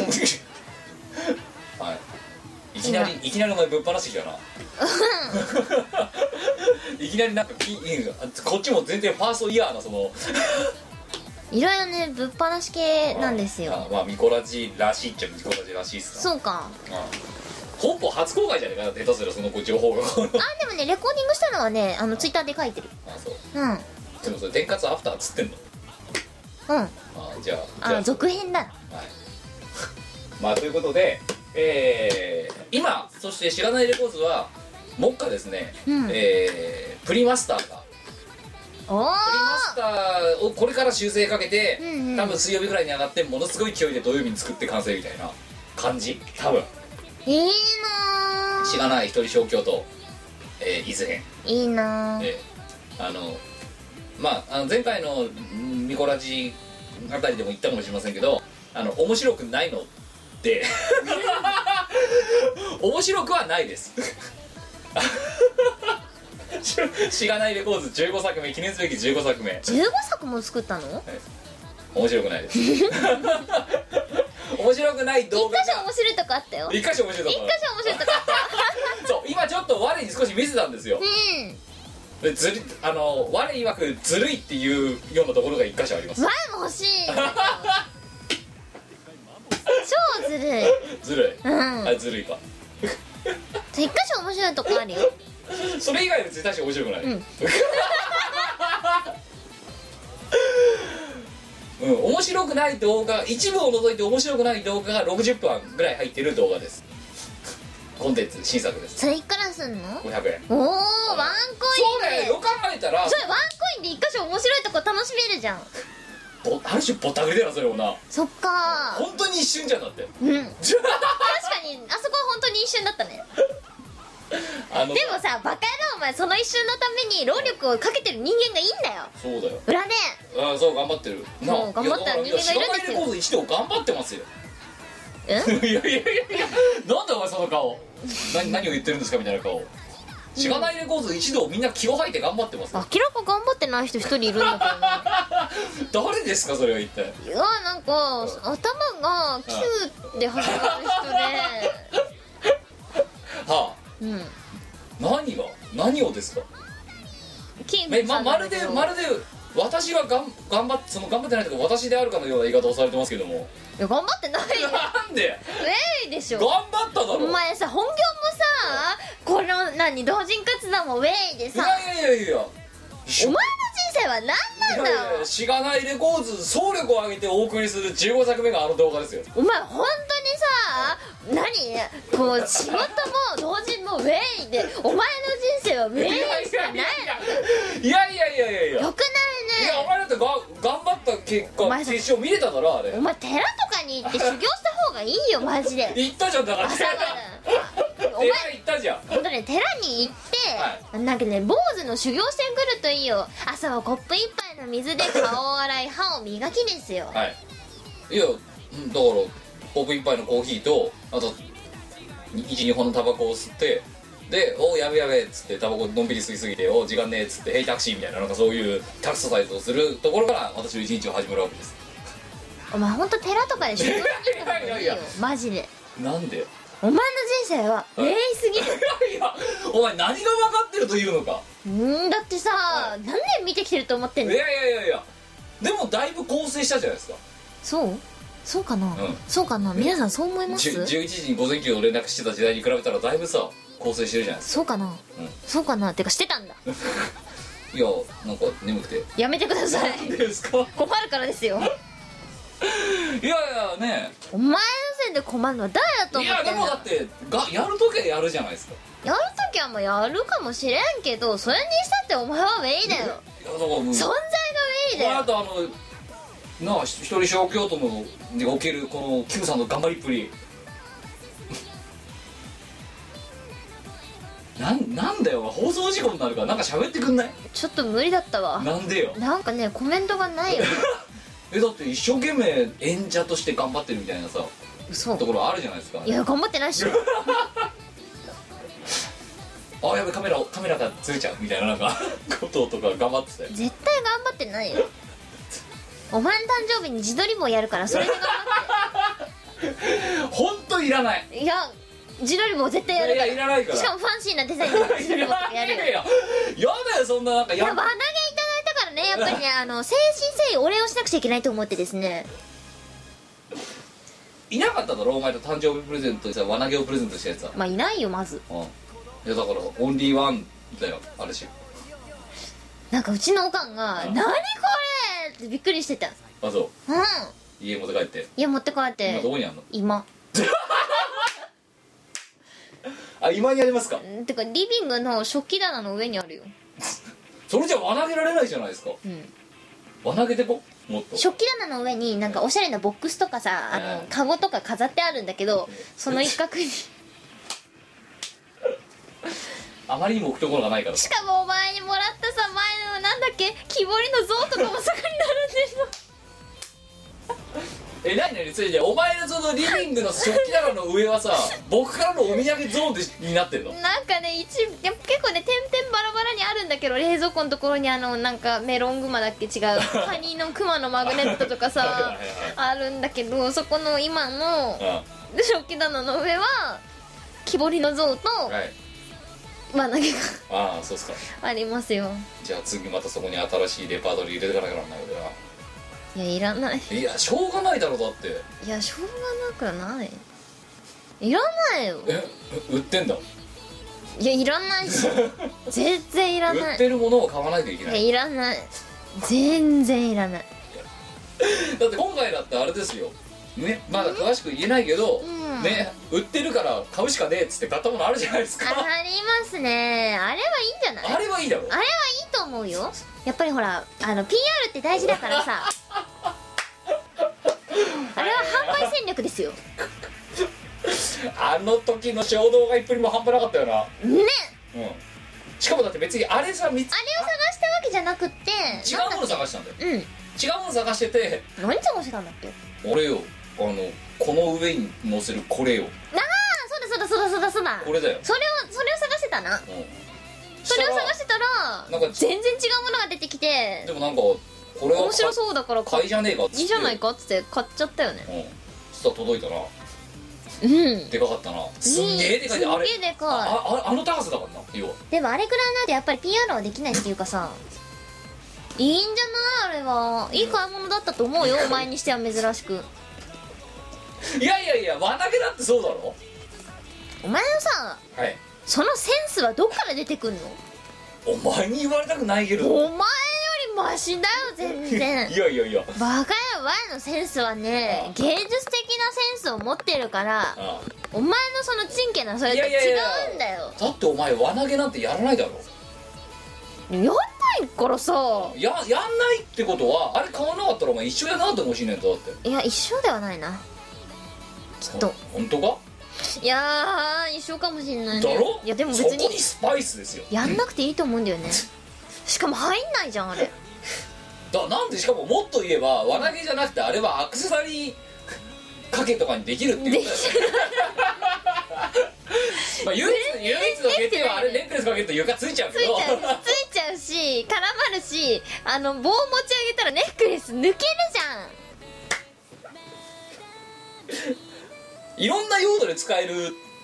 はいいきなりいきなりお前ぶっ放してきたな。いきなりなんかきこっちも全然ファーストイヤーなそのいろいろねぶっ放し系なんですよ。 あまあミコラジらしいっちゃミコラジらしいっすな。 そうか。 本邦初公開じゃねえかな下手するその情報が。 あでもねレコーディングしたのはねあのツイッターで書いてる。 あそううんでもそれ天かつアフターっつってんの。 うんあじゃあじゃあ続編だ。 はいまあということでえー、今そして知らないレコーズは目下ですね、 うんえー、プリマスターがおおプリマスターをこれから修正かけて、 うんうん多分水曜日ぐらいに上がってものすごい勢いで土曜日に作って完成みたいな感じ多分。 いいなしがない一人小京都、えー、伊豆編、 いいなえー、あのまああの前回のんミコラジあたりでも言ったかもしれませんけどあの面白くないのって面白くはないですしがないレコーズじゅうごさくめ記念すべきじゅうごさくめじゅうごさくも作ったの。 面白くないです面白くない動画一箇所面白いとこあったよ。 一箇所面白いとこ一箇所面白いとこあったよ。 そう今ちょっと我に少し見せたんですようんでずるあの我曰くずるいっていうようなところが一箇所あります。 前も欲しい超ずるい。 ずるい、 うんあずるいか一箇所面白いとこあるよ。 それ以外は絶対面白くない、 うんうん、面白くない動画一部を除いて面白くない動画がろくじゅっぷんぐらい入ってる動画です。コンテンツ新作です。 それいくらすんの。 ごひゃくえん。 おおワンコそうだよインで。 よく考えたらそれワンコインで一箇所面白いとこ楽しめるじゃん。 ぼある種ぼったくりだよなそれもな。 そっか本当に一瞬じゃんだってうん確かにあそこは本当に一瞬だったね。 あのでもさバカ野郎お前その一瞬のために労力をかけてる人間がいいんだよそうだよ裏で。 あそう頑張ってるなそう頑張ってる人間がいるんですよ。 知らないレコード一同頑張ってますようんいやいやいやいやなんだお前その顔何何を言ってるんですかみたいな顔。しがないレコード一同みんな気を吐いて頑張ってますよ。 明らか頑張ってない人一人いるんだけどね誰ですかそれは一体。 いやなんか頭がキューで始まる人ではあうん何が何をですか。 キえままるでまるで私ががん頑張ってその頑張ってないとか私であるかのような言い方をされてますけども。 いや頑張ってないよなんでウェイでしょ。 頑張っただろお前さ本業もさこの何同人活動もウェイでいさやいやいやいやお前の人生は何なんだいやいよ。 やしがないレコーズ総力を挙げてお送りするじゅうごさくめがあの動画ですよ。 お前本当にさ何こう仕事も同人もウェイでお前の人生はウェイしかないの。 いやいやいやいやいやよくいやお前だってが頑張った結果お前さ決勝見れただろあれない。お前寺とかに行って修行した方がいいよマジで。 行ったじゃんだから朝からお前お前行ったじゃん。 本当ね寺に行って、なんかね坊主の修行してくるといいよ。朝はコップ一杯の水で顔を洗い歯を磨きですよ。 はいいやうんだからコップ一杯のコーヒーとあといち、にほんのタバコを吸ってでおやべやべっつってタバコのんびり吸いすぎてお時間ねえっつってヘイタクシーみたいななんかそういうタクササイズをするところから私の一日を始めるわけです。 お前ほんと寺とかで修行してた方がいいよいやいやいやマジで。 なんでお前の人生は名すぎる。 いやお前何が分かってるというのか。 うんだってさ、はい、何年見てきてると思ってんの。 いやいやいやいやでもだいぶ構成したじゃないですか。 そうそうかな、うん、そうかな、皆さんそう思います？ じゅういちじに午前休の連絡してた時代に比べたらだいぶさ構成してるじゃないですか。 そうかな、うん、そうかなってかしてたんだいやなんか眠くて。 やめてください。 なんですか。困るからですよいやいやね、 お前のせいで困るのは誰だと思ってんだ。 いやでもだってがやるときはやるじゃないですか。 やるときはもうやるかもしれんけど、それにしたってお前はウェイだよ。いやだからもう存在がウェイだよ。 あとあのなあ一人小京都のにおけるこの Q さんの頑張りっぷりなんなんだよ放送事故になるからなんか喋ってくんない？ ちょっと無理だったわ。 なんでよ。 なんかねコメントがないよえだって一生懸命演者として頑張ってるみたいなさ嘘ところあるじゃないですか。 いや頑張ってないっしょあやべカメラカメラがずれちゃうみたいななんかこととか頑張ってたよ。 絶対頑張ってないよお前の誕生日に自撮り棒やるからそれで頑張って本当いらない。 いや自撮り棒絶対やるから。 いやいらないから。 しかもファンシーなデザインの自撮り棒とかやるよ。いやいややだよそんななんかやいや輪投げいただいたからねやっぱりねあの誠心誠意お礼をしなくちゃいけないと思ってですね。 いなかっただろお前と誕生日プレゼントでさ輪投げをプレゼントしたやつは。 まあいないよまず。 うんいやだからオンリーワンだよあるし。 なんかうちのおかんが「何これ!」ってびっくりしてた。 あそう。 うん家持って帰って。 家持って帰って今どこにあんの？ 今あ今にありますか？ てかリビングの食器棚の上にあるよそれじゃ輪投げられないじゃないですか。 うん輪投げてこもっと食器棚の上になんかおしゃれなボックスとかさあのカゴとか飾ってあるんだけどその一角にあまりにも置くところがないから。 しかもお前にもらったさ前のなんだっけ木彫りの像とかもそこに並んでるのえ、なになにそれじゃお前のそのリビングの食器棚の上はさ僕からのお土産ゾーンでになってんの？ なんかね一や結構ね点々バラバラにあるんだけど冷蔵庫のところにあのなんかメロングマだっけ違うカニのクマのマグネットとかさあるんだけどそこの今の食器棚の上は木彫りの像と、はい輪投げがああそうっすかありますよ。 じゃあ次またそこに新しいレパートリー入れてかなきゃなんない俺は。 いやいらない。 いやしょうがないだろだって。 いやしょうがなくないいらないよ。 え売ってんだ。 いやいらないし全然いらない。 売ってるものを買わないといけない。 いやいらない全然いらないだって今回だってあれですよねまだ詳しく言えないけど、うんね売ってるから買うしかねえっつって買ったものあるじゃないですか。 ありますね。あれはいいんじゃない？ あれはいいだろ。 あれはいいと思うよ。やっぱりほらあの ピーアール って大事だからさあれは販売戦略ですよあの時の衝動買いっぷりも半端なかったよなね、うん、しかもだって別にあれさ見つあれを探したわけじゃなくって違うもの探したんだよ。うん違うもの探してて何探してたんだっけ？ 俺よあのこの上に乗せるこれよ。 ああそうだそうだそうだそうだそうだこれだよ。 それをそれを探してたな、うん、それを探してたらなんか全然違うものが出てきてでもなんかこれは面白そうだから買いじゃねえかっつっていいじゃないかっつって買っちゃったよね。 うんそしたら届いたな。 うんでかかったな。すんげえでかい。あれすんげえでかい。 あああの高さだからな要は。 でもあれくらいなんてやっぱり ピーアール はできないっていうかさいいんじゃないあれはいい買い物だったと思うよお前にしては珍しく。 いやいやいや輪投げだってそうだろ。 お前のさ、はい、そのセンスはどっから出てくんの？ お前に言われたくないけどお前よりマシだよ全然いやいやいやバカやわいのセンスはね芸術的なセンスを持ってるからああお前のそのチンケなそれと違うんだよ。いやいやいやだってお前輪投げなんてやらないだろ。 やんないからさや, やんないってことはあれ買わなかったらお前一緒やなってほしいねんとだって。 いや一緒ではないなきっと。 本当か？ いやー一緒かもしんないね。 だろ？ いやでも別にそこにスパイスですよ。 やんなくていいと思うんだよねしかも入んないじゃんあれだなんでしかももっと言えば輪投げじゃなくてあれはアクセサリーかけとかにできるっていうことだよまあ唯一唯一の欠点はあれネックレスかけると床ついちゃうけどついちゃうついちゃうし絡まるしあの棒持ち上げたらネックレス抜けるじゃんいろんな用途で使える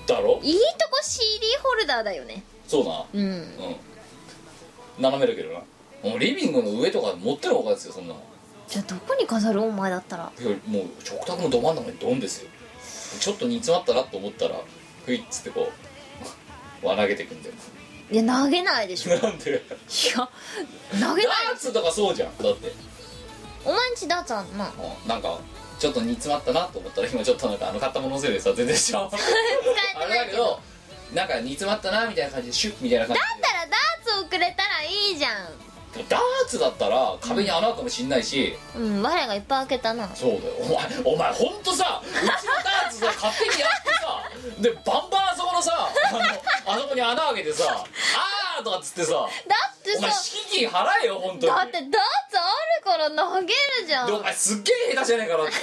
だろ。 いいとこ シーディー ホルダーだよね。 そうな。 うん、うん、 斜めるけどな。もうリビングの上とか持ってるほかですよそんなの。 じゃあどこに飾るお前だったら。 いやもう食卓のど真ん中にドンですよ。ちょっと煮詰まったなと思ったらふいっつってこう輪投げていくんだよ。 いや投げないでしょ。 なんで。いや投げない。 ダーツとかそうじゃん。だってお前んちダーツあんのな。 うん、なんかちょっと煮詰まったなと思ったら今ちょっとなんかあの買ったもののせいでさ全然しちゃうあれだけどなんか煮詰まったなみたいな感じでシュッみたいな感じで。 だったらダーツをくれたらいいじゃん。 ダーツだったら壁に穴開くかもしんないし、 うん、我がいっぱい開けたな。 そうだよ。お前お前ほんとさうちのダーツさ勝手にやってさでバンバンあそこのさあのあそこに穴開けてさあーとかっつってさ、 だってさお前敷金払えよ本当に。 だってダーツあるから投げるじゃん。 でお前すっげえ下手じゃねえかなって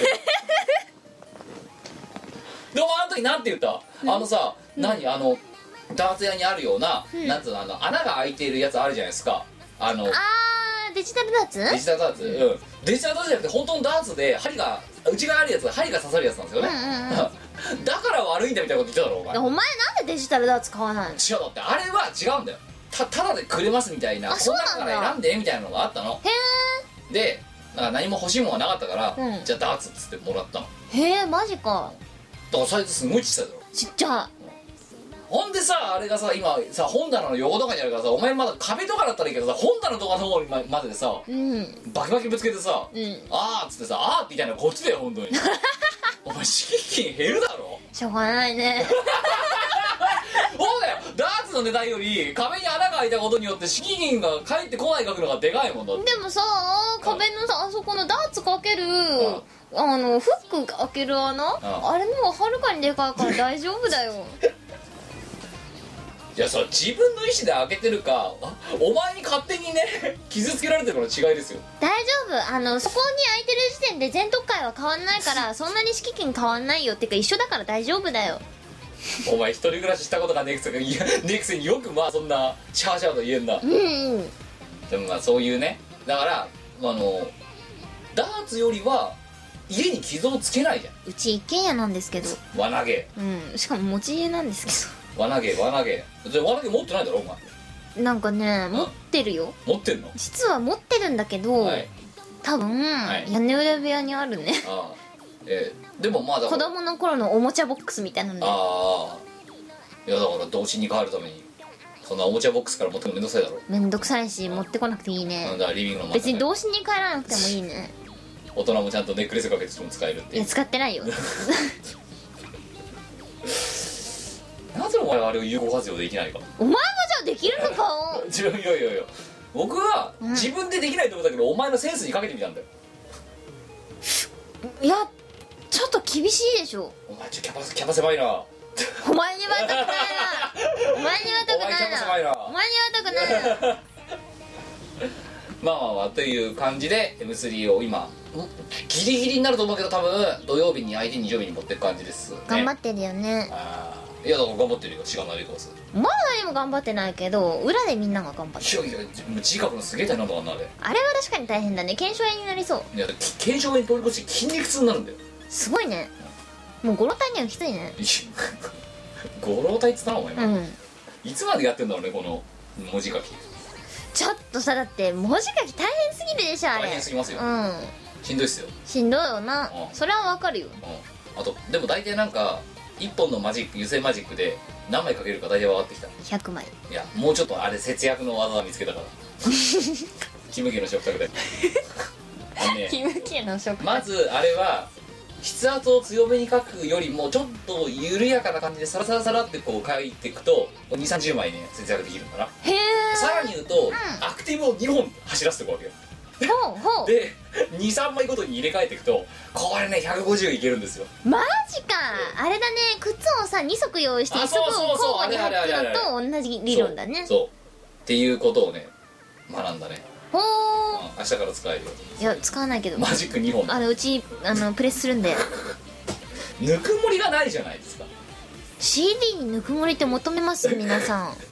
でお前あの時なんて言った、うん、あのさ、うん、何あのダーツ屋にあるような、うん、なんつうのあの穴が開いているやつあるじゃないですか。あのあーデジタルダーツデジタルダーツ、うん、デジタルダーツじゃなくて本当のダーツで針が内側あるやつ針が刺さるやつなんですよね、うんうんうん、だから悪いんだみたいなこと言ってたろお前。 お前なんでデジタルダーツ買わないの。 違うだってあれは違うんだよ。 た, ただでくれますみたいな、こん中から選んでみたいなのがあったの。 へえ。でなんか何も欲しいものがなかったから、うん、じゃあダーツっつってもらったの。 へえマジか。 だからサイズすごいちっちゃいだろ。 ちっちゃい。 ほんでさあれがさ今さ本棚の横とかにあるからさお前まだ壁とかだったらいいけどさ本棚のとかの方にまででさ、うん、バキバキぶつけてさ、うん、あーっつってさあーって言いたいのはこっちだよ本当にお前敷金減るだろ。 しょうがないねそうだよ。ダーツの値段より壁に穴が開いたことによって敷金が返ってこない額のがでかいもんだって。 でもさ壁のさあそこのダーツかけるあのフック開ける穴 あ, あれの方がはるかにでかいから大丈夫だよいやそれ自分の意思で開けてるかお前に勝手にね傷つけられてるの違いですよ。 大丈夫。あのそこに開いてる時点で全特会は変わんないからそんなに敷金変わんないよっていうか一緒だから大丈夫だよ。 お前一人暮らししたことがねえくせにねえくせによくまあそんなシャーシャーと言えんだ。 うんうん。 でもまあそういうねだからあのダーツよりは家に傷をつけないじゃん。 うち一軒家なんですけど輪投げ。 うんしかも持ち家なんですけど輪投げ輪投げじゃ輪投げ持ってないだろお前。 なんかね持ってるよ。 持ってんの。 実は持ってるんだけど、はい、多分、はい、屋根裏部屋にあるね。 ああ、えー、でもまあだから子供の頃のおもちゃボックスみたいなので。 ああいやだから童心に帰るためにそんなおもちゃボックスから持ってくのめんどくさいだろ。 めんどくさいし持ってこなくていいね。 だからリビングの真ん中別に童心に帰らなくてもいいね大人もちゃんとネックレスかけても使えるっていう。 いや使ってないよなぜお前はあれを有効活用できないか。 お前もじゃあできるのか自分いやいやいや僕は自分でできないと思ったけど、うん、お前のセンスにかけてみたんだよ。 いやちょっと厳しいでしょ。 お前ちょキャパキャパ狭いな。 お前には言われたくないなお前に言われたくないなお前に言われたくないなまあまあまあという感じで エムスリー を今ギリギリになると思うけど多分土曜日に相手に日曜日に持っていく感じです、ね、 頑張ってるよね。 あいやだから頑張ってるよ。しがないコースまだ何も頑張ってないけど裏でみんなが頑張ってる。 いやいや字書くのすげえ大変なんだからなあれ。 あれは確かに大変だね。腱鞘炎になりそう。 いや腱鞘炎に通り越して筋肉痛になるんだよ。 すごいね。もうゴロ体にはきついね。 ゴロ体っつったのお前、 うん、 いつまでやってんだろうねこの文字書き。 ちょっとさだって文字書き大変すぎるでしょあれ。 大変すぎますよ、 うん、 しんどいっすよ。 しんどいよな、うん、それはわかるよ、 うん、あとでも大体なんかいっぽんのマジック油性マジックで何枚書けるか大体分かってきた。 ひゃくまい。 いやもうちょっとあれ節約の技見つけたからキムキの食卓であの、ね、 キムキの食卓まずあれは筆圧を強めに書くよりもちょっと緩やかな感じでサラサラサラってこう書いていくとにじゅうさんじゅうまいね節約できるんだな。 へえ。 さらに言うと、うん、アクティブをにほん走らせていくわけよ。 ほうほうでにさんまいごとに入れ替えていくとこれねひゃくごじゅういけるんですよ。 マジか。あれだね靴をさに足用意していっ足を交互に履くのと同じ理論だね。 そうそうっていうことをね学んだね。 ほー、 うん、明日から使えるよ。 いや使わないけどマジックにほんあのうちあのプレスするんでぬくもりがないじゃないですか。 シーディー にぬくもりって求めます皆さん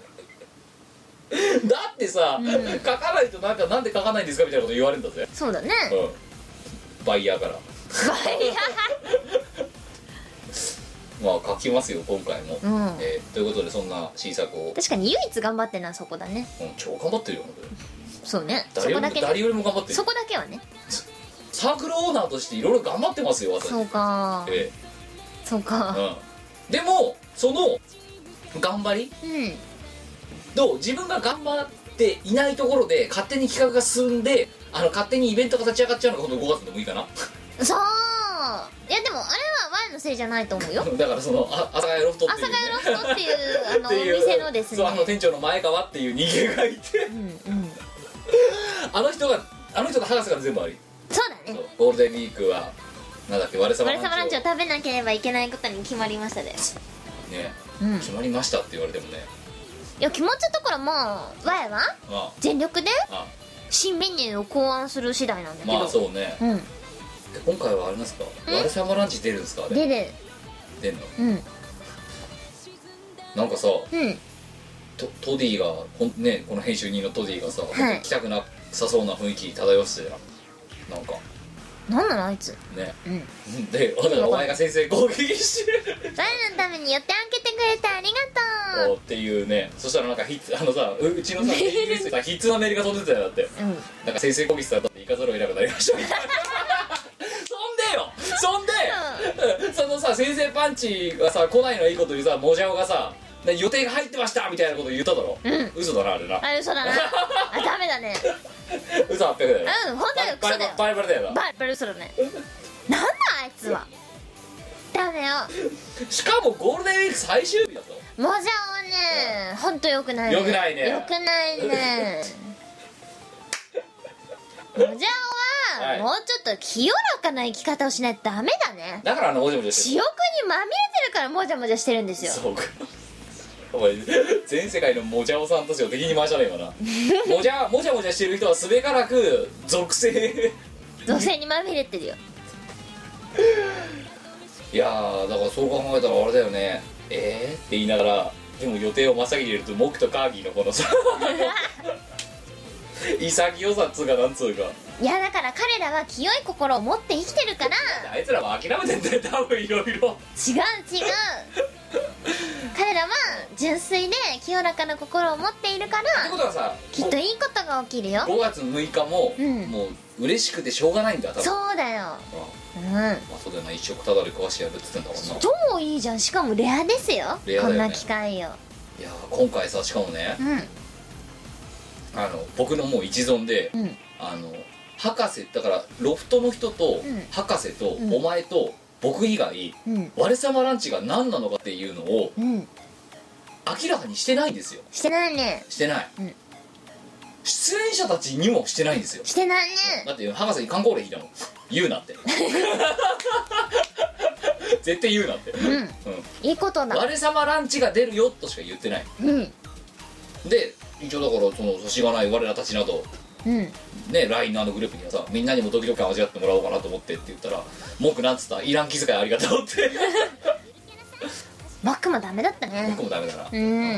だってさ、うん、書かないとなんかなんで書かないんですかみたいなこと言われるんだぜ。 そうだね、 うん、バイヤーからバイヤーまあ書きますよ今回も、 うん、 えー、ということでそんな新作を確かに唯一頑張ってるのはそこだね。 うん、超頑張ってるよ本当に。 そうね、そ誰よりもこだけ、ね、 誰よりも頑張ってる。 そこだけはね。 サークルオーナーとしていろいろ頑張ってますよ私。 そうか、 えー、そうか、 うん、でもその頑張り、 うん、 と自分が頑張っていないところで勝手に企画が進んで、あの勝手にイベントが立ち上がっちゃうのが今度ごがつのむいかな。 そういやでもあれはワイのせいじゃないと思うよ。 だからそのあ阿佐ヶ谷ロフトっていう、ね、 阿佐ヶ谷ロフトっていうあのお店のですね、 そうあの店長の前川っていう人間がいて、 うんうん、 あの人があの人が博士から全部あり。 そうだね。 ゴールデンウィークはなんだっけ、我様ランチを我様ランチを食べなければいけないことに決まりましたで、ね、うん、 決まりましたって言われてもね、 いや気持ちところも我は全力で新メニューを考案する次第なんだけど、 まあそうね、 うん、 今回はあれなんですか、我様ランチ出るんですか。 出る出んの、 うん、なんかさ、 うん、 ト, トディがほん、ね、この編集人のトディがさ、 はい、 来たくなさそうな雰囲気漂わせてなんかなんなのあいつね、 うん、 でだからお前が先生攻撃してる誰のために寄ってあげてくれてありがとうっていうね。そしたらなんかヒッツあのさ う, うちのさヒッツなメールが飛んでたよだって、うん、なんか先生攻撃されたって行かざるを得なくなりましたみたいなそんでよそんで、うん、そのさ先生パンチがさ来ないのはいいことにさ、もじゃおがさ予定が入ってましたみたいなこと言っただろ、うん、嘘だなあれな、 あ嘘だなあダメだね嘘はっぴゃくだよ。 うん本当に嘘だよ、 バリバリだよな、 バリバリ嘘だねなんだあいつはダメよ。 しかもゴールデンウィーク最終日だぞ。 もじゃおはね本当よくないね、 よくないね、 よくないねもじゃおは、はい、もうちょっと清らかな生き方をしないとダメだね。 だからあのもじゃもじゃしてる、 私欲にまみれてるからもじゃもじゃしてるんですよ。 そうかお前全世界のもじゃおさんたちを敵に回したね今なもじゃもじゃもじゃしてる人はすべからく属性属性にまみれてるよいやーだからそう考えたらあれだよね、えーって言いながらでも予定を真っ先に入れるとモクとカーギーのこのさ潔さっつうかなんつうか、 いやだから彼らは清い心を持って生きてるからあいつらは諦めてんだよ多分いろいろ。違う違う彼らは純粋で清らかな心を持っているからってことはさきっといいことが起きるよ。 ごがつむいかも、うん、もう嬉しくてしょうがないんだ多分。 そうだよ、うん、まあそうだよな、一食ただで食わしてやるって言ってんだもんな。 超いいじゃん、しかもレアですよ、レアだよね、こんな機会よ。 いや今回さしかもね、うん、あの僕のもう一存で、うん、あの博士だからロフトの人と、うん、博士と、うん、お前と僕以外、うん、我様ランチが何なのかっていうのを、うん、明らかにしてないんですよ。 してないね。 してない、うん、出演者たちにもしてないんですよ。 してないね。 だって博士に観光令引いたもん言うなって絶対言うなって、うん、うん、 いいことだ。 我様ランチが出るよとしか言ってない、うん、で一応だからそのしがない我らたちなど、うん、ね ライン のあのグループにはさ、みんなにもドキドキ感味わってもらおうかなと思ってって言ったら僕なんつった、いらん気遣いありがとうって僕もダメだったね。 僕もダメだな、うん、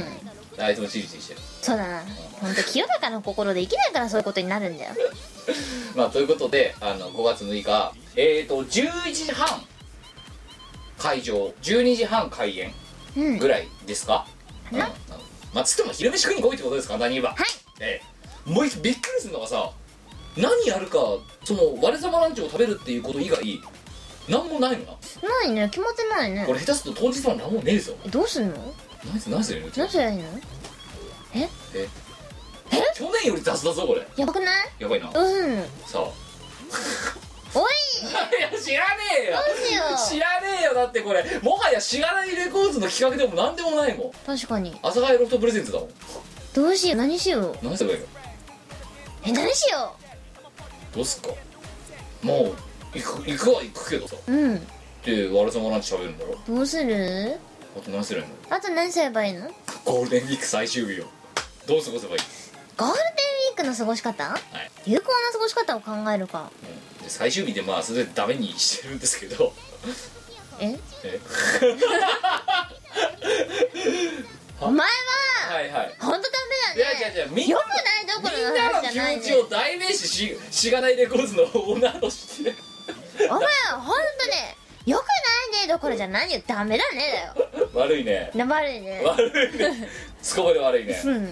あいつもチリチリしてる。 そうだな、ほんと清らかな心で生きないからそういうことになるんだよまあということであのごがつむいかえーとじゅういちじはん会場、じゅうにじはん開演ぐらいですか、うん、うん、まあつっても昼飯食いに来いってことですか、何言えば。はい、えー、もうびっくりするのがさ、何やるかその我様ランチを食べるっていうこと以外何もないのな。 ないね、決まってないね。 これ下手すると当日は何もねえぞ。 どうすんの。 何す何するの何すりゃいいの。えええ去年より雑だぞこれ。 やばくない。 やばいな。 どうすんの。 さあおいいや知らねえよ。 どうしよう。 知らねえよ。だってこれもはやしがないレコーズの企画でも何でもないもん。 確かに阿佐ヶ谷ロフトプレゼンツだもん。 どうしよう、何しよう。 何すればいいの。 え何しよう。どうすっか。もう行く行くは行くけどさ、うん、で我様ランチ食べるんだろ。 どうする。 あと何すればいいの。 あと何すればいいの。 ゴールデンウィーク最終日よ。どう過ごせばいい。 ゴールデンウィークの過ごし方、はい、有効な過ごし方を考えるか、 うん、で最終日でまあそれでダメにしてるんですけどええお前ははいはい本当ダメだね。 いやいやいやみんなよくないどころの話じゃないね。 みんなの気持ちを代名詞ししがないレコーズのオーナーとしてお前は本当ねよくないねどころじゃ何よ、ダメだねだよ。 悪いねな悪いね悪いねすこぶる悪いねうん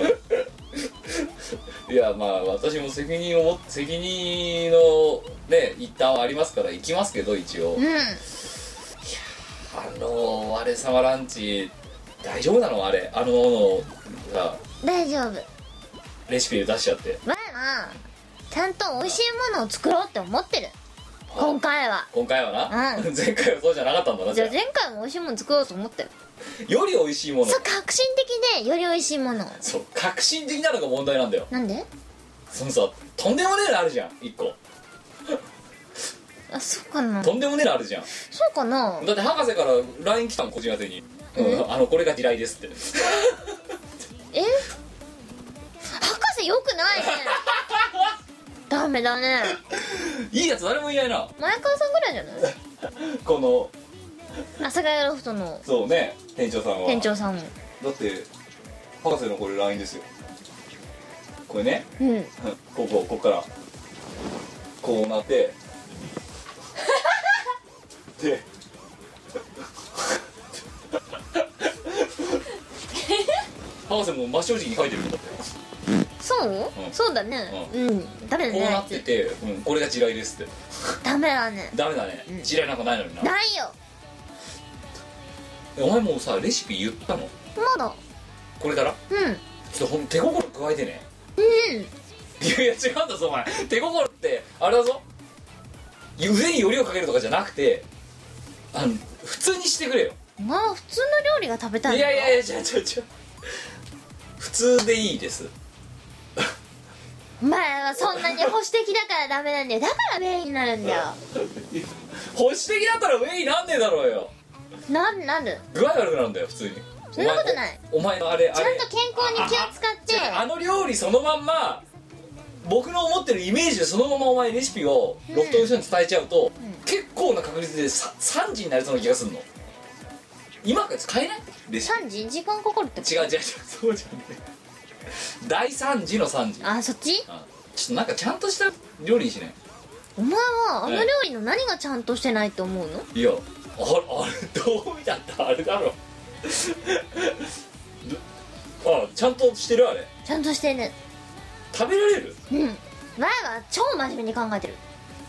いやまあ私も責任を持って責任のね一端はありますから行きますけど一応、 うんあのあれサマランチ大丈夫なのあれあのものをさ大丈夫。 レシピで出しちゃってわはちゃんと美味しいものを作ろうって思ってる今回は。 今回はな、 うん前回はそうじゃなかったんだな。 じゃあ前回も美味しいもの作ろうと思ってる。 より美味しいもの。 そう、革新的でより美味しいもの。 そう革新的なのが問題なんだよ。 なんで？ そのさとんでもねえのあるじゃん一個。 あ、そうかな。 とんでもねえのあるじゃん。 そうかな。 だって博士から ライン 来たの個人宛てに、うん、あのこれが地雷ですってえ、博士よくないねダメだね。 いいやつ誰もいないな。 前川さんぐらいじゃないこの阿佐ヶ谷ロフトのそうね店長さんは。 店長さん。 だって博士のこれ ライン ですよこれね。 うんここここからこうなってで博士も真正直に書いてるんだって。 そう、 うん、 そうだね。うん、うん、ダメだね。 こうなってて、うん、これが地雷ですってダメだね。 ダメだね、うん、地雷なんかないのにな。 ないよ。 お前もうさレシピ言ったの？ まだ。 これからうんちょっとほん手心加えてね。 うんいやいや違うんだぞお前。手心ってあれだぞ、腕によりをかけるとかじゃなくて、あの普通にしてくれよ。 まあ普通の料理が食べたい。 いやいやいや違う違う違う普通でいいです。 お前はそんなに保守的だからダメなんだよ。だからメインになるんだよ。 保守的だったら上になんねえだろうよ。 なんなる？ 具合悪くなるんだよ普通に。 そんなことない。 お前のあれあれちゃんと健康に気を使って。 あの料理そのまんま僕の思ってるイメージでそのままお前レシピをロフトの人に伝えちゃうと、うん、結構な確率でさんじになりそうな気がするの。今から使えないレシピ。 さんじ時間かかるって。 違う違う違うそうじゃんね。だいさんじのさんじ。 あ、そっち？ ちょっとなんかちゃんとした料理にしない。 お前はあの料理の何がちゃんとしてないと思うの？ いや、あれあれどう見たってあれだろあ、ちゃんとしてるあれ。 ちゃんとしてる。 食べられる？ うん。前は超真面目に考えてる。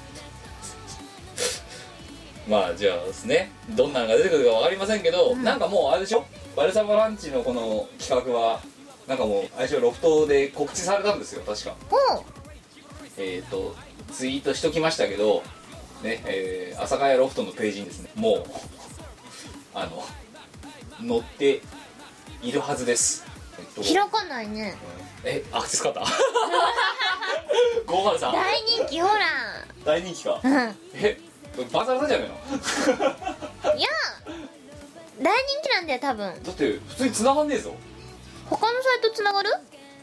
まあじゃあですね、どんなのが出てくるか分かりませんけど、うん、なんかもうあれでしょ、バルサバランチのこの企画はなんかもう相性ロフトで告知されたんですよ確か。えっ、ー、とツイートしときましたけどね、えー、阿佐ヶ谷ロフトのページにですねもうあの載っているはずです。 開かないね。 え、アクセス買ったごはんさん大人気ほら。 大人気か。 うんえ、バザーだじゃねえのいや大人気なんだよ多分。 だって普通に繋がんねえぞ。 他のサイト繋がる？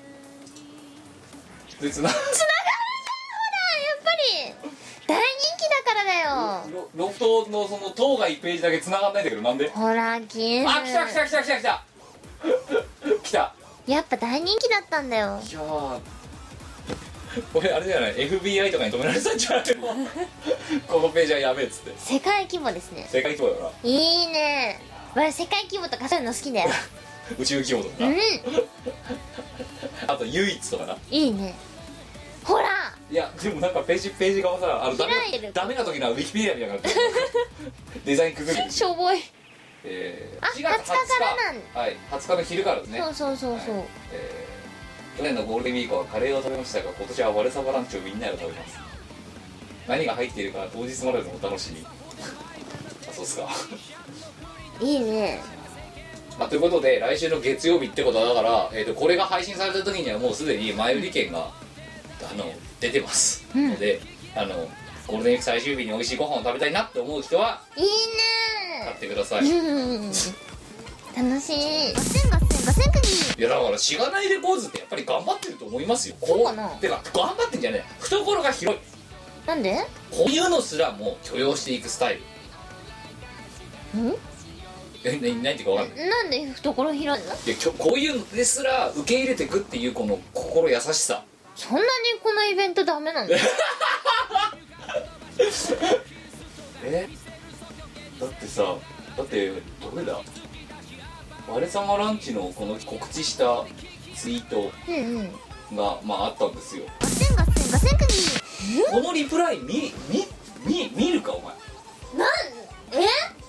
で繋がる繋がるじゃんほら。やっぱり大人気だからだよ。 ロ, ロフトのその当該ページだけ繋がんないんだけどなんで？ ほらキあ、来た来た来た来た来た来た。 やっぱ大人気だったんだよ。 いやーこれあれじゃない エフビーアイ とかに止められたんじゃないのこのページはやべえっつって。 世界規模ですね。 世界規模だからいいね。俺世界規模とかそういうの好きだよ宇宙規模とかな、うん、あと唯一とかな。 いいね。ほらいやでもなんかページページ側さあのダメダメな時のはウィキペディアみたいなデザイン崩れてるしょぼい。 えー、 あ、はつかからなんはい、はつかの昼からですね。 そうそうそうそう、はい。 えー、去年のゴールデンウィークはカレーを食べましたが今年はワルサバランチをみんなで食べます。何が入っているか当日までのお楽しみあ、そうっすかいいね。 まあ、ということで来週の月曜日ってことだから、えー、とこれが配信された時にはもうすでに前売り券が、うん、あの出てます、うん、のであのゴールデンウィーク最終日に美味しいご飯を食べたいなって思う人はいいね買ってください、うん、 楽しい。ガセンガセンガセンクニ。いやだからしがないレコーズってやっぱり頑張ってると思いますよ。 そうかな。 てか頑張ってんじゃねえ、懐が広い。 なんでこういうのすらも許容していくスタイル。んえ、な、何ていうか分かんない。 なんで懐広いの？いや、こういうのですら受け入れていくっていうこの心優しさ。 そんなにこのイベントダメなの？ えだってさ、だってどれだ、我様ランチのこの告知したツイートが、まああったんですよ。 ガセンガセンガセンクニこのリプライ見見見見るかお前。 なんえ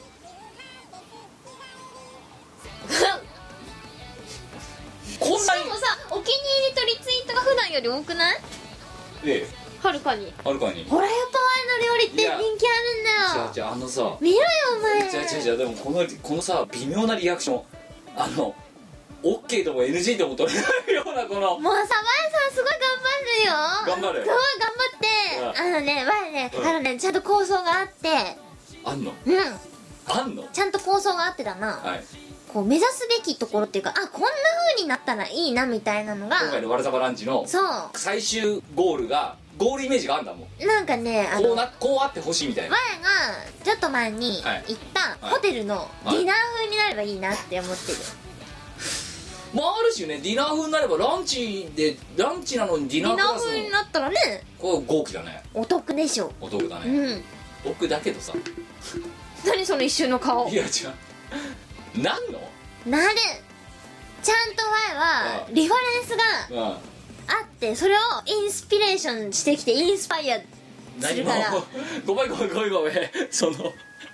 こんなに。 しかもさ、お気に入りとリツイートが普段より多くない？ ええ、 はるかに。 はるかに。 ほらやっぱワイの料理って人気あるんだよ。 じゃあじゃああのさ、 見ろよお前。 じゃあじゃあじゃあでもこのこのさ微妙なリアクション、あの OK とも エヌジー とも取れないようなこの。 もうさ、ワイさんすごい頑張るよ。 頑張る。 すごい頑張って、あのね、ワイね、 うんあのね、ちゃんと構想があって、 あんのうん、 あんのちゃんと構想があってだな。 はい。 こう目指すべきところっていうか、あ、こんな風になったらいいなみたいなのが、 今回の我様ランチのそう最終ゴールがゴールイメージがあるんだもん。 なんかね、あのこうなこうあってほしいみたいな。 ワイがちょっと前にはい行ったはいホテルのディナー風になればいいなって思ってる。 まあある種ね、ディナー風になればランチでランチなのにディディナーナークラスの風になったらね、 これ豪気だね。 お得でしょ。 お得だね。 うん。 僕だけどさ、 何その一瞬の顔。 いや違う、なんのなる。ちゃんとワイはリファレンスがうんあってそれをインスピレーションしてきてインスパイアす何もるからごめんごめんごめんごめんその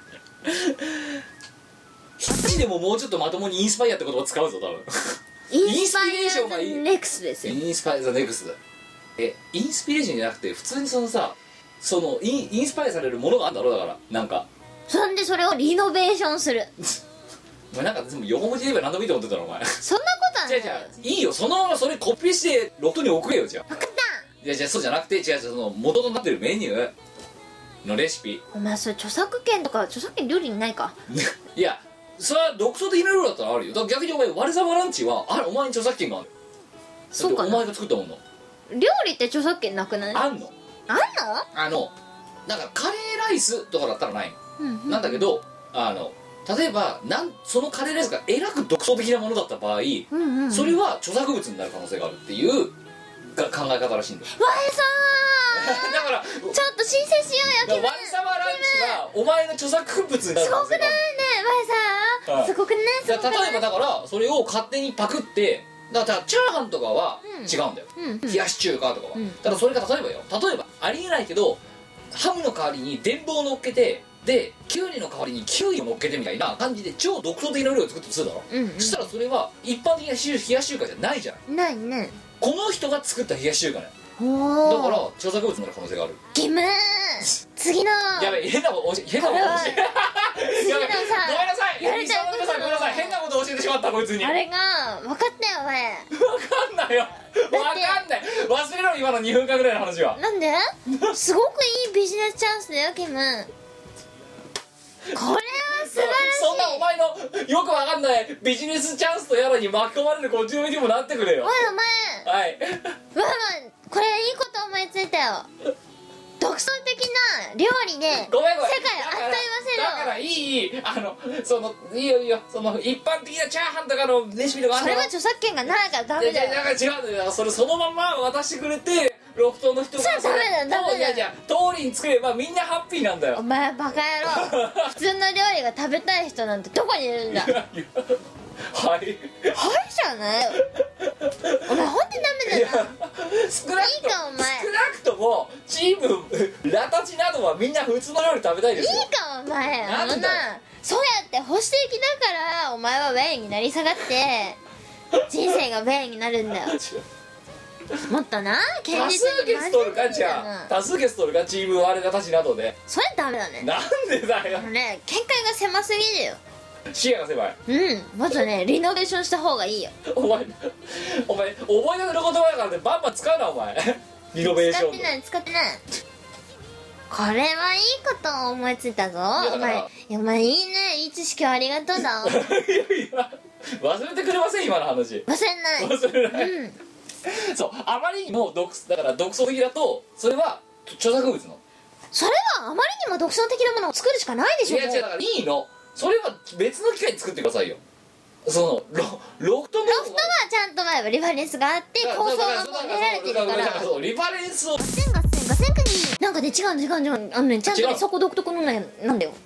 ヒッチでももうちょっとまともにインスパイアって言葉使うぞ多分。 インスパイインスピレーションがいいアネクスですよ。 インスパイアザネクスト。えインスピレーションじゃなくて普通にそのさ、そのインインスパイアされるものがあるんだろう。だからなんかそんでそれをリノベーションする。 お前なんかでも横文字で言えば何でもいいと思ってたのお前。 そんなことはない。 じゃあじゃあいいよ、そのままそれコピーしてロフトに送れよ。じゃあ分かっいやじゃあそうじゃなくて、違う違う、その元となってるメニューのレシピた。お前それ著作権とか著作権料理にないか。 いやそれは独創的なルールだったらあるよ。だから逆にお前我様ランチはあれお前に著作権がある。 そうかな。 だってお前が作ったもの料理って著作権なくない？あんの？ あんの。あのなんかカレーライスとかだったらない、 うんうん、 なんだけどあの例えばなんそのカレーライスがえらく独創的なものだった場合、 うんうんうん、 それは著作物になる可能性があるっていうが考え方らしいんだよ。 わえさーだからちょっと申請しようよ。 我様ランチはお前の著作物になる可能性がある。 すごくないねわえさー、すごくねすごくね。 例えばだからそれを勝手にパクってだからチャーハンとかは違うんだよ、 うんうん、 冷やし中華とかは、 うん、 ただそれが例えばよ例えばありえないけどハムの代わりに電棒を乗っけてでキュウリの代わりにキウイを乗っけてみたいな感じで超独創的な料理を作ったとするだろ、 うんうん、 そしたらそれは一般的な冷やし中華じゃないじゃん。 ないね。 この人が作った冷やし中華ね。 おだからー著作物になる可能性がある。 ゲムー次のやべえ変なこと教え変なこと教え次のやべえさごめんなさいやりたいこと皆さんごめんなさい変なこと教えてしまったこいつに。 あれが分かったよお前。 分かんないよ分かんない忘れろ今のにふんかんぐらいの話は。 なんですごくいいビジネスチャンスだよキム。これは素晴らしい。 そんなお前のよくわかんないビジネスチャンスとやらに巻き込まれるこっちの身にもなってくれよ。 おいお前はいわわこれいいこと思いついたよ。独創的な料理でごめんごめん世界をあっと言わせろ。 だからいいいいあのそのいいよいいよその一般的なチャーハンとかのレシピとかあるのそれは著作権がないからダメだよ。 いやいやだから違うんだよ。それそのまま渡してくれてロフトの人がそれダメだよダメだよいやいや通りに作ればみんなハッピーなんだよ。 お前バカ野郎普通の料理が食べたい人なんてどこにいるんだ。はいはいじゃないよお前ほんとダメだな。 少なくといいかお前少なくともチームラタチなどはみんな普通の料理食べたいですよ。 いいかお前あのなんだよなそうやって保守的だからお前はウェイになり下がって人生がウェイになるんだよ。もっとな現多実に数決取るかじ真面目ゃあにな多数決取るかチーム我形などで。 それダメだね。 なんでだよあのね見解が狭すぎるよ。 視野が狭い。 うんもっとねリノベーションした方がいいよ。 お前お前覚えながら言葉だからねバンバン使うなお前リノベーション使ってない使ってない。これはいいことを思いついたぞ。 やお前いやお前いいねいい知識をありがとうだいやいや忘れてくれません今の話。 忘れない忘れない、 うんそうあまりにも独だから独創的だとそれは著作物のそれはあまりにも独創的なものを作るしかないでしょ。 いや違うだからいいのそれは別の機会に作ってくださいよ。そのロロフトのロフトはちゃんと前はリファレンスがあって構想がもう練られてるからそうリファレンスをガセンガセンガセンクになんかね違う違う違うあのねちゃんとね違うそこ独特のねなんだよ。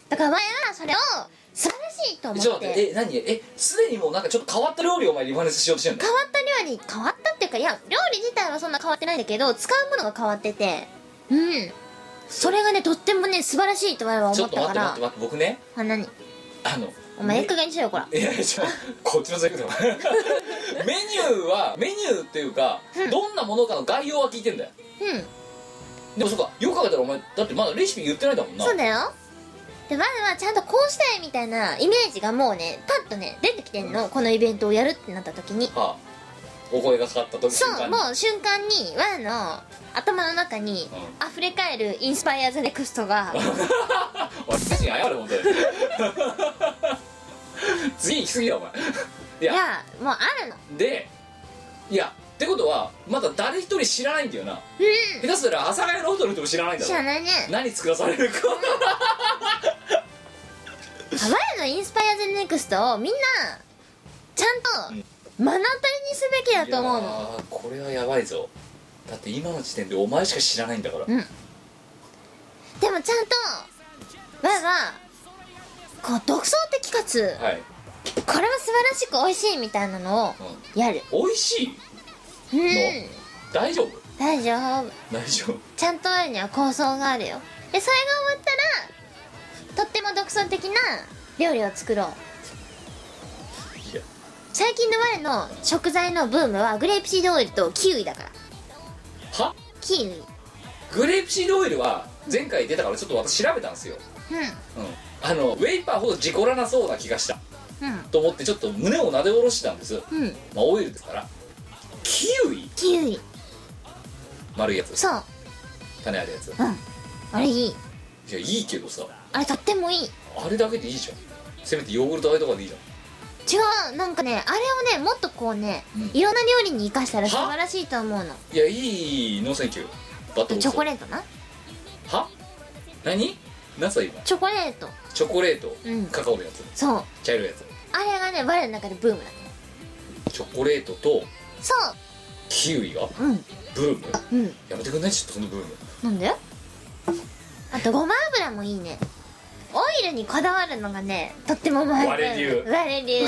だから前はそれを素晴らしいと思って。 ちょっと待って、え何えすでにもうなんかちょっと変わった料理をお前リファレンスしようとしてんの？ 変わった料理変わったっていうか、いや料理自体はそんな変わってないんだけど、使うものが変わってて、うんそれがねとってもね素晴らしいと前はちょっと思ったから。 待って待って待って僕ね、 あ、何あのお前ええ加減にしろよこら。 いやいやちょこっちのセリフだメニューはメニューっていうか、 うんどんなものかの概要は聞いてんだよ。 うんでもそうか、よく考えたらお前だってまだレシピ言ってないんだもんな。 そうだよ。でまずはちゃんとこうしたいみたいなイメージがもうねパッとね出てきてんの、このイベントをやるってなった時に。 はあ、お声がかかった時そう瞬間にもう瞬間にワンの頭の中に溢れ返るインスパイアーズネクストが私たちに謝る本当に次行き過ぎだお前。いいややもうあるの。 でいやってことはまだ誰一人知らないんだよな。 う下手すら阿佐ヶ谷ロフトの人も知らないんんだろ。 知らないね。 何作らされるかワンのインスパイアーズネクストをみんなちゃんと目の当たりにすべきだと思ういやの。 ーこれはやばいぞ。だって今の時点でお前しか知らないんだから。 うんでもちゃんとワンはこう独創的かつはい、 これは素晴らしく美味しいみたいなのをうん、 やる。 美味しいうん大丈夫大丈夫。 大丈夫ちゃんとあるには構想があるよ。でそれが終わったらとっても独創的な料理を作ろう。 いや最近の我の食材のブームはグレープシードオイルとキウイだから。 はキウイ。 グレープシードオイルは前回出たからちょっと私調べたんですよ。 うんうんあのウェイパーほど事故らなそうな気がしたうんと思ってちょっと胸をなで下ろしたんです。 うんまあオイルですからキウイキウイ。 丸いやつそう種あるやつ。いうんあれいい。 やいいけどさあれとってもいい。 あれだけでいいじゃん。せめてヨーグルトあれとかでいいじゃん。 違う、なんかねあれをねもっとこうね、 うんいろんな料理に生かしたら素晴らしいと思うの。 いやいいノーセンキューバットチョコレーートな。 トは何何歳今チョコレート。 チョコレート、 うんカカオのやつそう茶色いやつあれがね我の中でブームだね。 チョコレートとそキウイがううんブームうんやめてくんないちょっとそのブーム。 なんで？あとごま油もいいね。オイルにこだわるのがねとっても前我流我流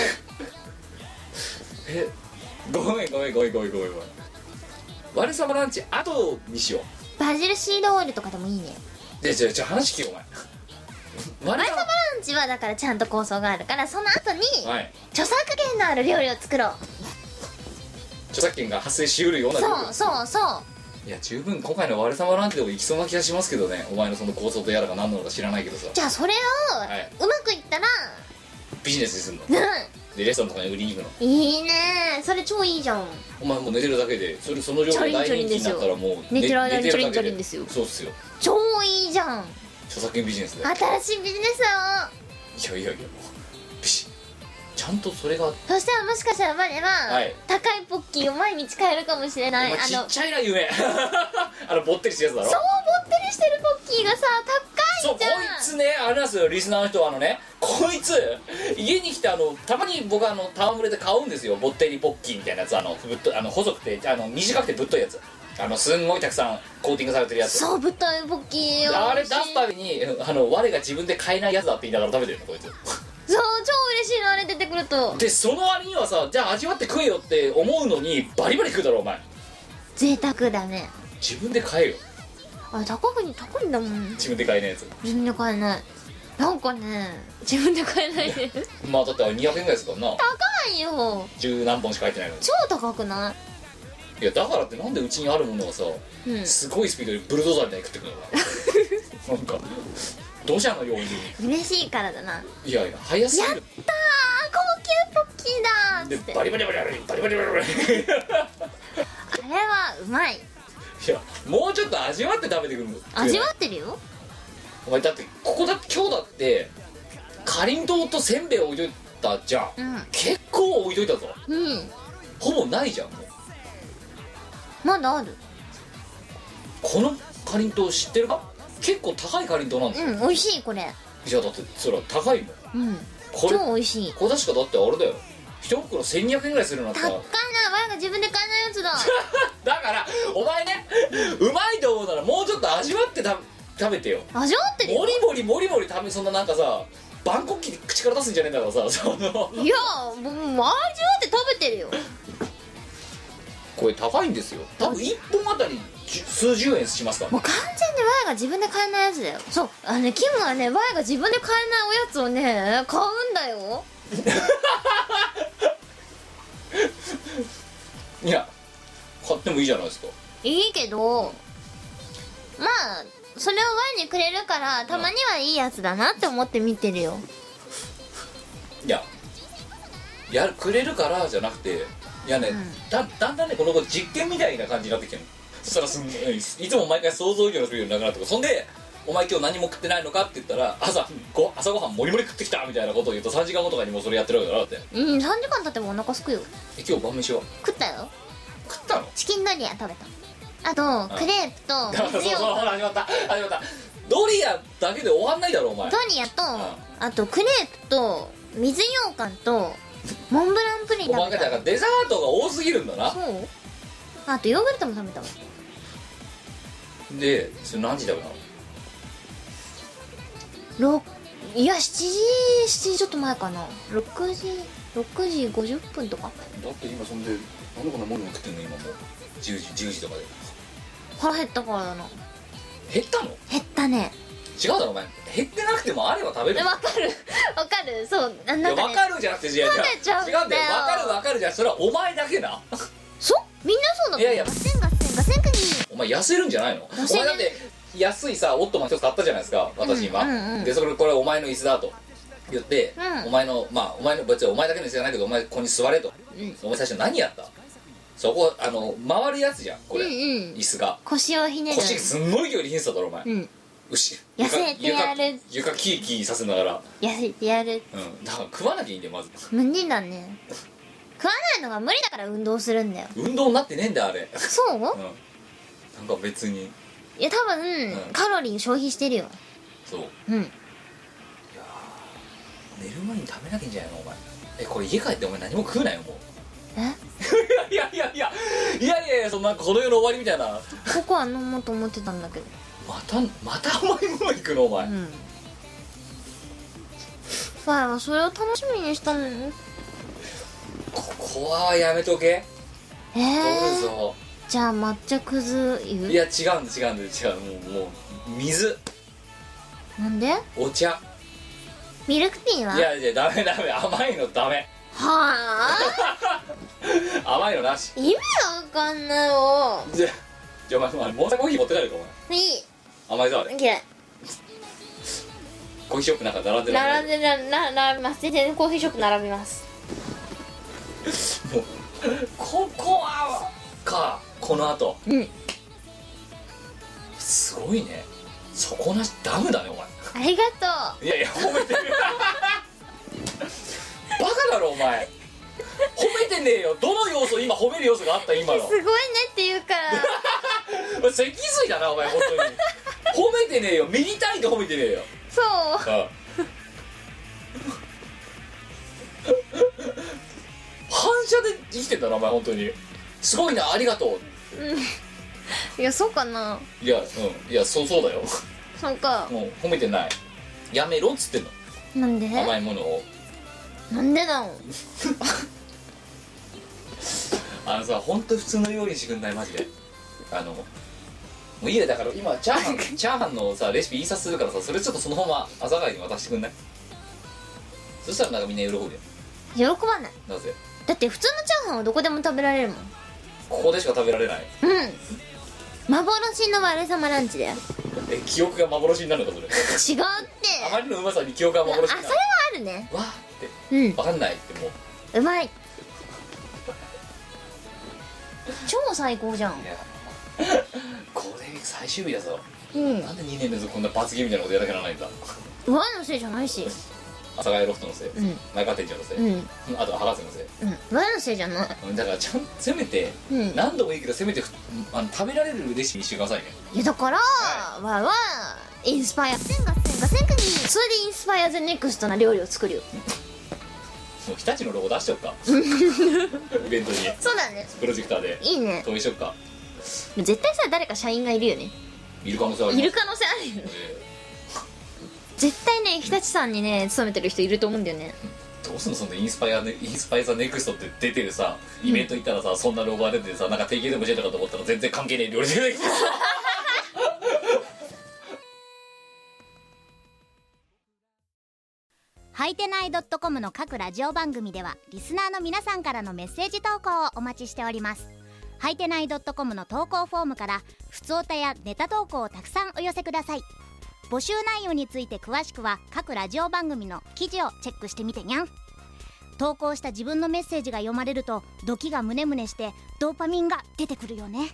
えごめんごめんごめんごめんごめんごめん我様ランチ後にしよう。 バジルシードオイルとかでもいいね。 でじゃあじゃあ話聞けよお前我我様ラ様ンチはだからちゃんと構想があるからその後にはい著作権のある料理を作ろう。 著作権が発生しうるような料理そうそうそういや十分今回の我様ランチでもいきそうな気がしますけどね。お前のその構想とやらが何なのか知らないけどさじゃあそれをはいうまくいったらビジネスにすんのうでレストランとかに売りに行くの。 んいいねそれ超いいじゃん。 お前もう寝てるだけでそれその料理が大人気になったらもう寝てる間に寝チョリンだけチョリンですよ。 そうっすよ超いいじゃん。 著作権ビジネスで。い新しいビジネスだよ。 やいやいやもうビシッちゃんとそれがそしたらもしかしたら我は、 はい高いポッキーを毎日買えるかもしれない。 お前あのちっちゃいな夢あのぼってりしたやつだろ。 そうぼってりしてるポッキーがさそうこい高いじゃん。 つねあれなんですよリスナーの人はあのねこいつ家に来てあのたまに僕あの戯れで買うんですよぼってりポッキーみたいなやつあのぶっとあの細くてあの短くてぶっといやつあのすんごいたくさんコーティングされてるやつ。 そうぶっといポッキーよ。 あれ出すたびにあの我が自分で買えないやつだって言いながら食べてるのこいつそう超嬉しいのあれ出てくると。 でその割にはさじゃあ味わって食えよって思うのにバリバリ食うだろお前。 贅沢だね。 自分で買えよ。 あれ高くに高いんだもん。 自分で買えないやつ。 自分で買えない。なんかね自分で買えないでまあだってあれにひゃくえんぐらいですからな。 高いよ。 十何本しか入ってないのに。 超高くない？ いやだからってなんでうちにあるものがさ、 うんすごいスピードでブルドーザーみたいに食ってくるのかなんか土砂のように。 嬉しいからだな。 いやいや早すぎる。 やったー高級ポッキーだーっつって。 でバリバリバリバリバリバリバリバリあれはうまい。 いやもうちょっと味わって食べてくるの。 味わってるよ。 お前だってここだって今日だってかりんとうとせんべい置いといたじゃん、 うん結構置いといたぞ。 うんほぼないじゃんもう。 まだある。 このかりんとう知ってるか？結構高いかりんとうなんですよ、 うん美味しいこれ。 じゃあだってそれは高いもん。 うんこれ超美味しい。 これ確かだってあれだよ一袋せんにひゃくえんぐらいするのだったら高いな。我が自分で買えないやつだ。 だからお前ねうまいと思うならもうちょっと味わってた食べてよ。 味わってるよ。 もりもりもりもり食べ、そんななんかさバンコク口から出すんじゃねえんだからさ、そのいやもう味わって食べてるよ。 これ高いんですよ。多分いっぽんあたり数十円しますから。 もう完全にワイが自分で買えないやつだよ。そう、あのね、キムはね、ワイが自分で買えないおやつをね買うんだよ。 いや買ってもいいじゃないですか。 いいけど、まあそれをワイにくれるからたまにはいいやつだなって思って見てるよ。 いややるくれるからじゃなくて、いやね、うん、だ, だんだんねこの子実験みたいな感じになってきてるの。そしたらすんいつも毎回想像以上のスピードになくなってくる。そんでお前今日何も食ってないのかって言ったら、朝ご朝ごはんもりもり食ってきたみたいなことを言うとさんじかんごとかにもうそれやってるわけだろ。だってうん、さんじかん経ってもお腹すくよ。 え今日晩飯は食ったよ。 食ったの？ チキンドリア食べた。あとクレープと水ようかん。そうそう、ほら始まった始まった。ドリアだけで終わんないだろお前。 ドリアと、あとクレープと水ようかんとモンブランプリン食べた。 お前だからデザートが多すぎるんだな。 そう。あとヨーグルトも食べたわ。 でそれ何時食べたの？ ろいやしちじしちじちょっと前かな。ろくじろくじごじゅっぷんとか。 だって今そんでなんでこんなもの食ってんの今もうじゅうじじゅうじとかで。 腹減ったからだな。 減ったの？ 減ったね。 違うだろお前、減ってなくてもあれば食べる。 わかるわかる。そうなんか、ね、 わかるじゃなくて、いや食べちゃうんだよ。 違うんだよ。わかるわかるじゃん。それはお前だけな。 そうみんなそうだ。 いやいやガセンガセンガセンクニー。 お前痩せるんじゃないの？お前だって安いさオットマン一つ買ったじゃないですか私今、 うんうんうん、 でそれこれお前の椅子だと言って、 うん、 お前のまあお前の別にお前だけの椅子じゃないけどお前ここに座れと、うん、お前最初何やった？そこあの回るやつじゃんこれ、うんうん、椅子が腰をひねる。 腰すんごい勢いでひねってただろお前、うん、牛痩せてやる。 床キーキーさせながら痩せてやる。 うんだから食わなきゃいいんだよまず。 無理だね。食わないのが無理だから運動するんだよ。 運動になってねえんだよあれ。 そう、うん、なんか別にいや多分、うん、カロリー消費してるよ。 そううん。いや寝る前に食べなきゃいいんじゃないのお前。えこれ家帰ってお前何も食うなよもう。 えいやいやいやいやいやいやそんなこの世の終わりみたいな。 ココア飲もうと思ってたんだけど。 またまた甘いもの行くのお前。うん。 わいはそれを楽しみにしたのに。 ここはやめとけ。 えー、 どうぞ。 じゃあ抹茶くず湯。 いや違うんだ違うんだ違うもうもう水。 なんで？ お茶。 ミルクティーは？ いやいやダメダメ甘いのダメ。 はあ甘いのなし。 意味わかんないよ。 じゃじゃあお前モンスターコーヒー持って帰るかお前。いい。甘いぞあれ。 嫌い。 コーヒーショップなんか並んでる。 並んでるな並びます。全然コーヒーショップ並びます。 もうココアかこの後。 うん。 すごいね。底なしダムだねお前。 ありがとう。いやいや褒めてる。バカだろお前。褒めてねえよ。どの要素今褒める要素があった今の。 すごいねって言うから脊髄だなお前本当に。褒めてねえよ。ミリ単位で褒めてねえよ。 そう。 ああ反射で生きてんだなお前本当に。すごいなありがとう。 うんいやそうかな。 いやうんいやそうそうだよ。 そうか。 もう褒めてない。やめろっつってんの。 なんで？ 甘いものを。 なんでだろう。 あのさ本当普通の料理してくんないマジで。あのもういいやだから今チャーハンチャーハンのさレシピ印刷するからさそれちょっとそのまま朝帰りに渡してくんない？そしたらなんかみんな喜ぶよ。 喜ばない。 なぜ？ だって普通のチャーハンはどこでも食べられるもん。 ここでしか食べられない。 うん。幻の我様ランチだよ。 え記憶が幻になるのかそれ。 違うって。 あまりのうまさに記憶が幻になる。 あそれはあるね。 わーってうん。 分かんないってもう。 うまい。超最高じゃん。 これ最終日だぞ。 うん。 なんでにねん連続こんな罰ゲームみたいなことやらなきゃならないんだ。 我のせいじゃないし。 阿佐ヶ谷ロフトのせい、うん、前川店長のせい、うん、あとは博士のせい、 うん、我のせいじゃない。 だからちゃんせめて、うん、何度もいいけどせめてあの食べられるレシピにしてくださいね。 いやだから、はい、わわインスパイアせんがせんがせんかにそれでインスパイアゼネクストな料理を作るよ。 もう日立のロゴ出しとくかイベントに。 そうだね。 プロジェクターでいいね。 投影しとくか。 絶対さ誰か社員がいるよね。 いる可能性あります。 いる可能性あるよね、 え絶対ね日立さんにね勤めてる人いると思うんだよね。 ーどうすんのそのインスパイア、ね、インスパイアザネクストって出てるさイベント行ったらさ、うん、そんなロゴが出てさなんか定型でもしてたかと思ったら全然関係ねえ料理出てきてはいてない .com の各ラジオ番組ではリスナーの皆さんからのメッセージ投稿をお待ちしております。はいてない .com の投稿フォームからふつおたやネタ投稿をたくさんお寄せください。募集内容について詳しくは各ラジオ番組の記事をチェックしてみてにゃん。投稿した自分のメッセージが読まれるとドキがムネムネしてドーパミンが出てくるよね。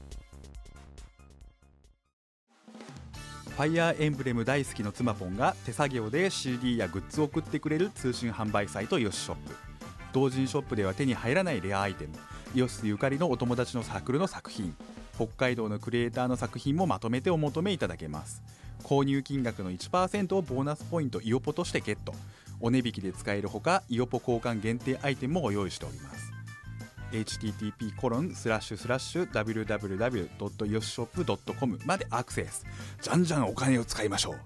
ファイアーエンブレム大好きの妻ポンが手作業で シーディー やグッズを送ってくれる通信販売サイトヨシショップ。同人ショップでは手に入らないレアアイテム、ヨシスゆかりのお友達のサークルの作品、北海道のクリエイターの作品もまとめてお求めいただけます。購入金額の いちパーセント をボーナスポイントイオポとしてゲット。お値引きで使えるほかイオポ交換限定アイテムもご用意しております。 エイチティーティーピーコロンスラッシュスラッシュダブリューダブリューダブリュードットヨシショップドットコム までアクセス。じゃんじゃんお金を使いましょう。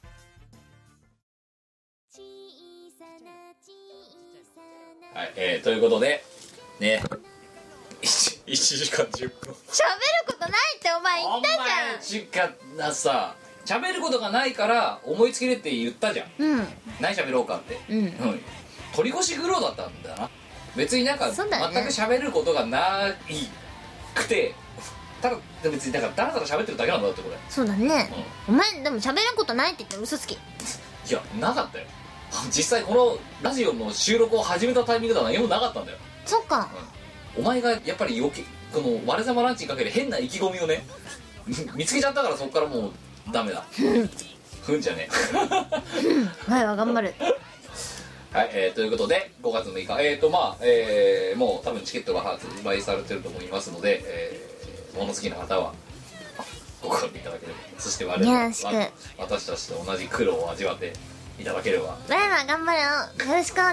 はい、えー、ということでねいちじかんじゅっぷん喋ることないってお前言ったじゃん。 お前ちかなさ喋ることがないから思いつけるって言ったじゃん、 うん、 何喋ろうかって、 うん、うん、 取り越し苦労だったんだな。別になんか、ね、全く喋ることがないくてただ別にだからだらだら喋ってるだけなんだってこれ。 そうだね、うん、お前でも喋ることないって言って嘘つき。いやなかったよ実際このラジオの収録を始めたタイミングでは何もなかったんだよ。 そっか、 うん、お前がやっぱり余計この我様ランチにかける変な意気込みをね見つけちゃったからそっからもうダメだふんじゃねえ前は頑張るはい、えー、ということでごがつむいかえーとまあ、えー、もう多分チケットが発売されてると思いますので、えー、物好きな方はご購入いただければ、そして我々私たちと同じ苦労を味わっていただければ前は頑張るよよろしくな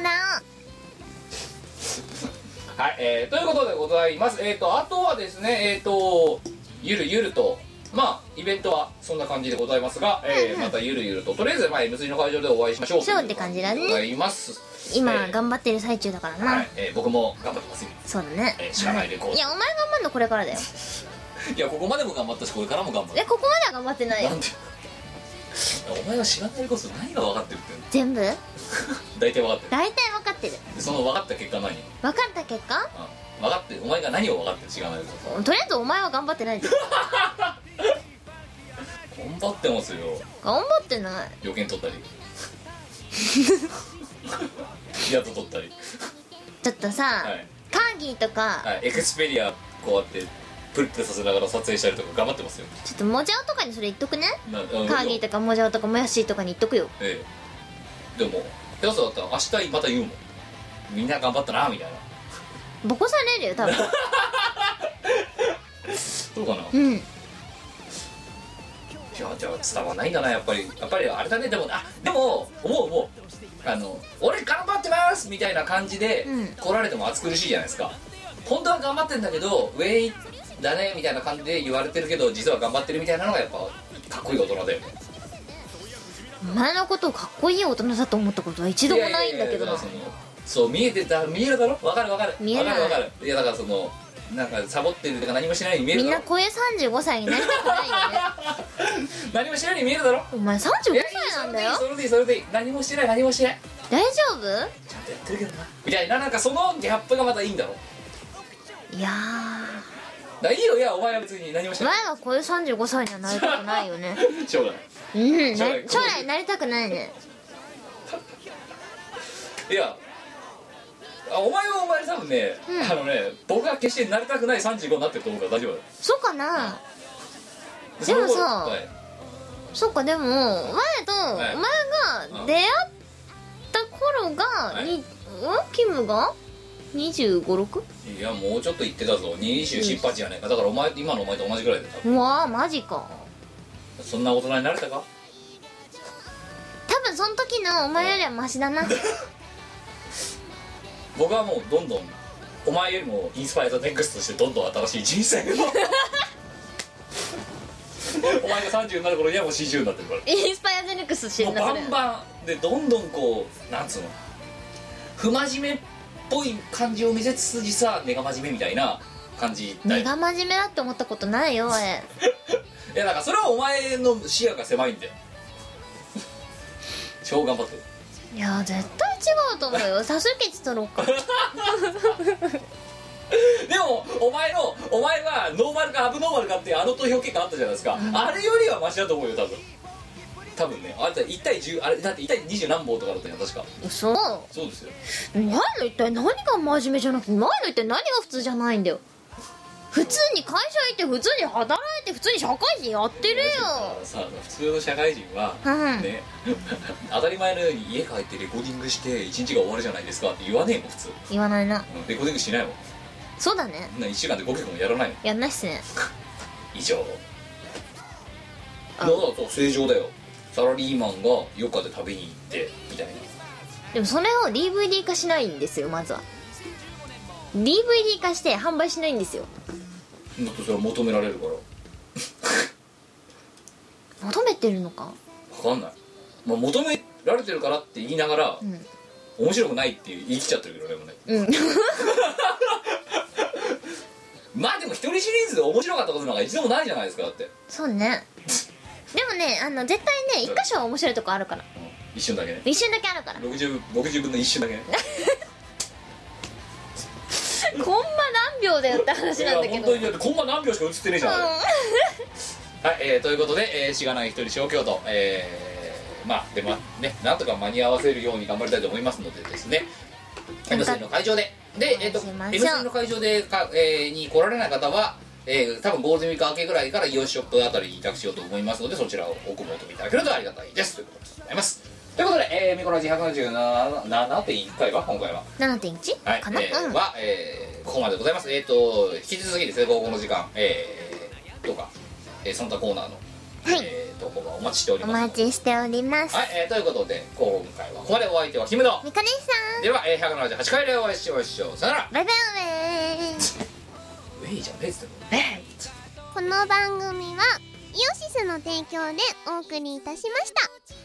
はい、えー、ということでございます。えーとあとはですねえーとゆるゆるとまあイベントはそんな感じでございますが、えーうんうん、またゆるゆるととりあえずまあ エムスリー の会場でお会いしましょうそうって感じだね。 ございます今、 えー、 頑張ってる最中だからな、 はいえー、僕も頑張ってますよ。 そうだね、 えー、知らないレコード、 いやお前頑張るのこれからだよいやここまでも頑張ったしこれからも頑張る。 いやここまでは頑張ってないよ。 なんでお前は知らないレコード何が分かってるって全部大体分かってる。 大体分かってる。 その分かった結果何分かった結果、 うん、分かってお前が何を分かってる知らないレコード。 とりあえずお前は頑張ってないって頑張ってますよ。 頑張ってない。 予見取ったりやっと取ったりちょっとさ、はい、カーギーとか、 はい、エクスペリアこうやってプリプリさせながら撮影したりとか頑張ってますよ。 ちょっとモジャオとかにそれ言っとくね。カーギーとかモジャオとかモヤシーとかに言っとくよ。ええでもペガサだったら明日また言うもん。みんな頑張ったなみたいな。 ボコされるよ多分そうかな。 うん。いやじゃあ伝わんないんだなやっぱり。やっぱりあれだね。でもあでも思う思うあの俺頑張ってますみたいな感じで来られても暑苦しいじゃないですか、うん、本当は頑張ってんだけどウェイだねみたいな感じで言われてるけど実は頑張ってるみたいなのがやっぱかっこいい大人だよね。 お前のことをかっこいい大人だと思ったことは一度もないんだけどな。 そう見えてた見えるだろ。わかるわかる見えない。 わかるわかる。いやだからそのなんかサボってるとか何もしないように見えるだろ。 みんな声さんじゅうごさいになりたくないよね何もしないように見えるだろ。 お前さんじゅうごさいなんだよ。 それでいいそれでいい何もしてない何もしてない。 大丈夫？ちゃんとやってるけどなみたいななんかそのギャップがまたいいんだろ。 いやーだいいよ。いやお前は別に何もしてない。 お前はこういうさんじゅうごさいにはなりたくないよね将来うん将来将来なりたくないねいやあお前はお前で多分ね、うん、あのね僕が決してなりたくないさんじゅうごになってると思うから大丈夫だよ。 そうかな。でもさ、はい、そっかでも前と、はい、お前が出会った頃が、はい、にキムがにじゅうご、ろく？ いやもうちょっと言ってたぞにじゅうなな、はちじゃねえか。だからお前今のお前と同じぐらいで多分。 うわーマジか。 そんな大人になれたか。 多分その時のお前よりはマシだな僕はもうどんどんお前よりもインスパイアザネクストとしてどんどん新しい人生をお前がさんじゅうになる頃にはもうよんじゅうになってるから、 インスパイアゼネクスしてもうるんだ。 バンバンでどんどんこうなんつうの不真面目っぽい感じを見せつつ実は根が真面目みたいな感じだよ。 根が真面目だって思ったことないよ俺。 いやだからそれはお前の視野が狭いんだよ。超頑張ってる。 いや絶対違うと思うよ。多数決取ろうか。 でもお前のお前はノーマルかアブノーマルかっていうあの投票結果あったじゃないですか、うん、あれよりはマシだと思うよ多分。多分ねあれだいち対じゅうあれだっていち対にじゅう何本とかだったよ確か。 そうそうですよ。 前の一体何が真面目じゃなくて前の一体何が普通じゃないんだよ。普通に会社行って普通に働いて普通に社会人やってるよ。 さ普通の社会人は、うん、ね当たり前のように家帰ってレコーディングして一日が終わるじゃないですかって言わねえもん普通。 言わないな、 うん、レコーディングしないもん。 そうだね。 いっしゅうかんでごきょくもやらないの。 やんないっすね。 以上。だから正常だよ。サラリーマンが余暇で食べに行ってみたいな。 でもそれを ディーブイディー 化しないんですよ。まずは ディーブイディー 化して販売しないんですよ。 だってそれは求められるから求めてるのか分かんない、まあ、求められてるからって言いながら、うん、面白くないって言い切っちゃってるけどねもうね、うん、まあでも一人シリーズで面白かったことなんか一度もないじゃないですか。だってそうね。でもねあの絶対ね一箇所は面白いとこあるから、うん、 一瞬だけね。 一瞬だけあるからろくじゅう, ろくじゅうぶんの一瞬だけね。 コンマ何秒だよって話なんだけど。 いや本当にだってコンマ何秒しか映ってねえじゃん、うん、はい、えー、ということで、えー、しがない一人小京都、えー、まあでもねなんとか間に合わせるように頑張りたいと思いますのでですね エムスリー の会場でで、えー、と エムスリー の会場でか、えー、に来られない方は、えー、多分ゴールデンウィーク明けぐらいからイオシショップあたりに委託しようと思いますのでそちらをお求めいただけるとありがたいですということでございます。ということで、えー、ミコラジひゃくななじゅうななてんいっかいは今回はななてんいち? はい、 かな、 えーうん、 は、えー、ここまででございます。えっ、ー、と引き続きですね午後の時間、えー、とか、えー、その他コーナーの、はい、えー、投稿がお待ちしております。 お待ちしております。 はい、えー、ということで今回はここまでお相手はキムとミカ姉さんでは、えー、ひゃくななじゅうはちかいでお会いしましょう。さよなら。 バイバイウェイウェイじゃねえっつってこの番組はイオシスの提供でお送りいたしました。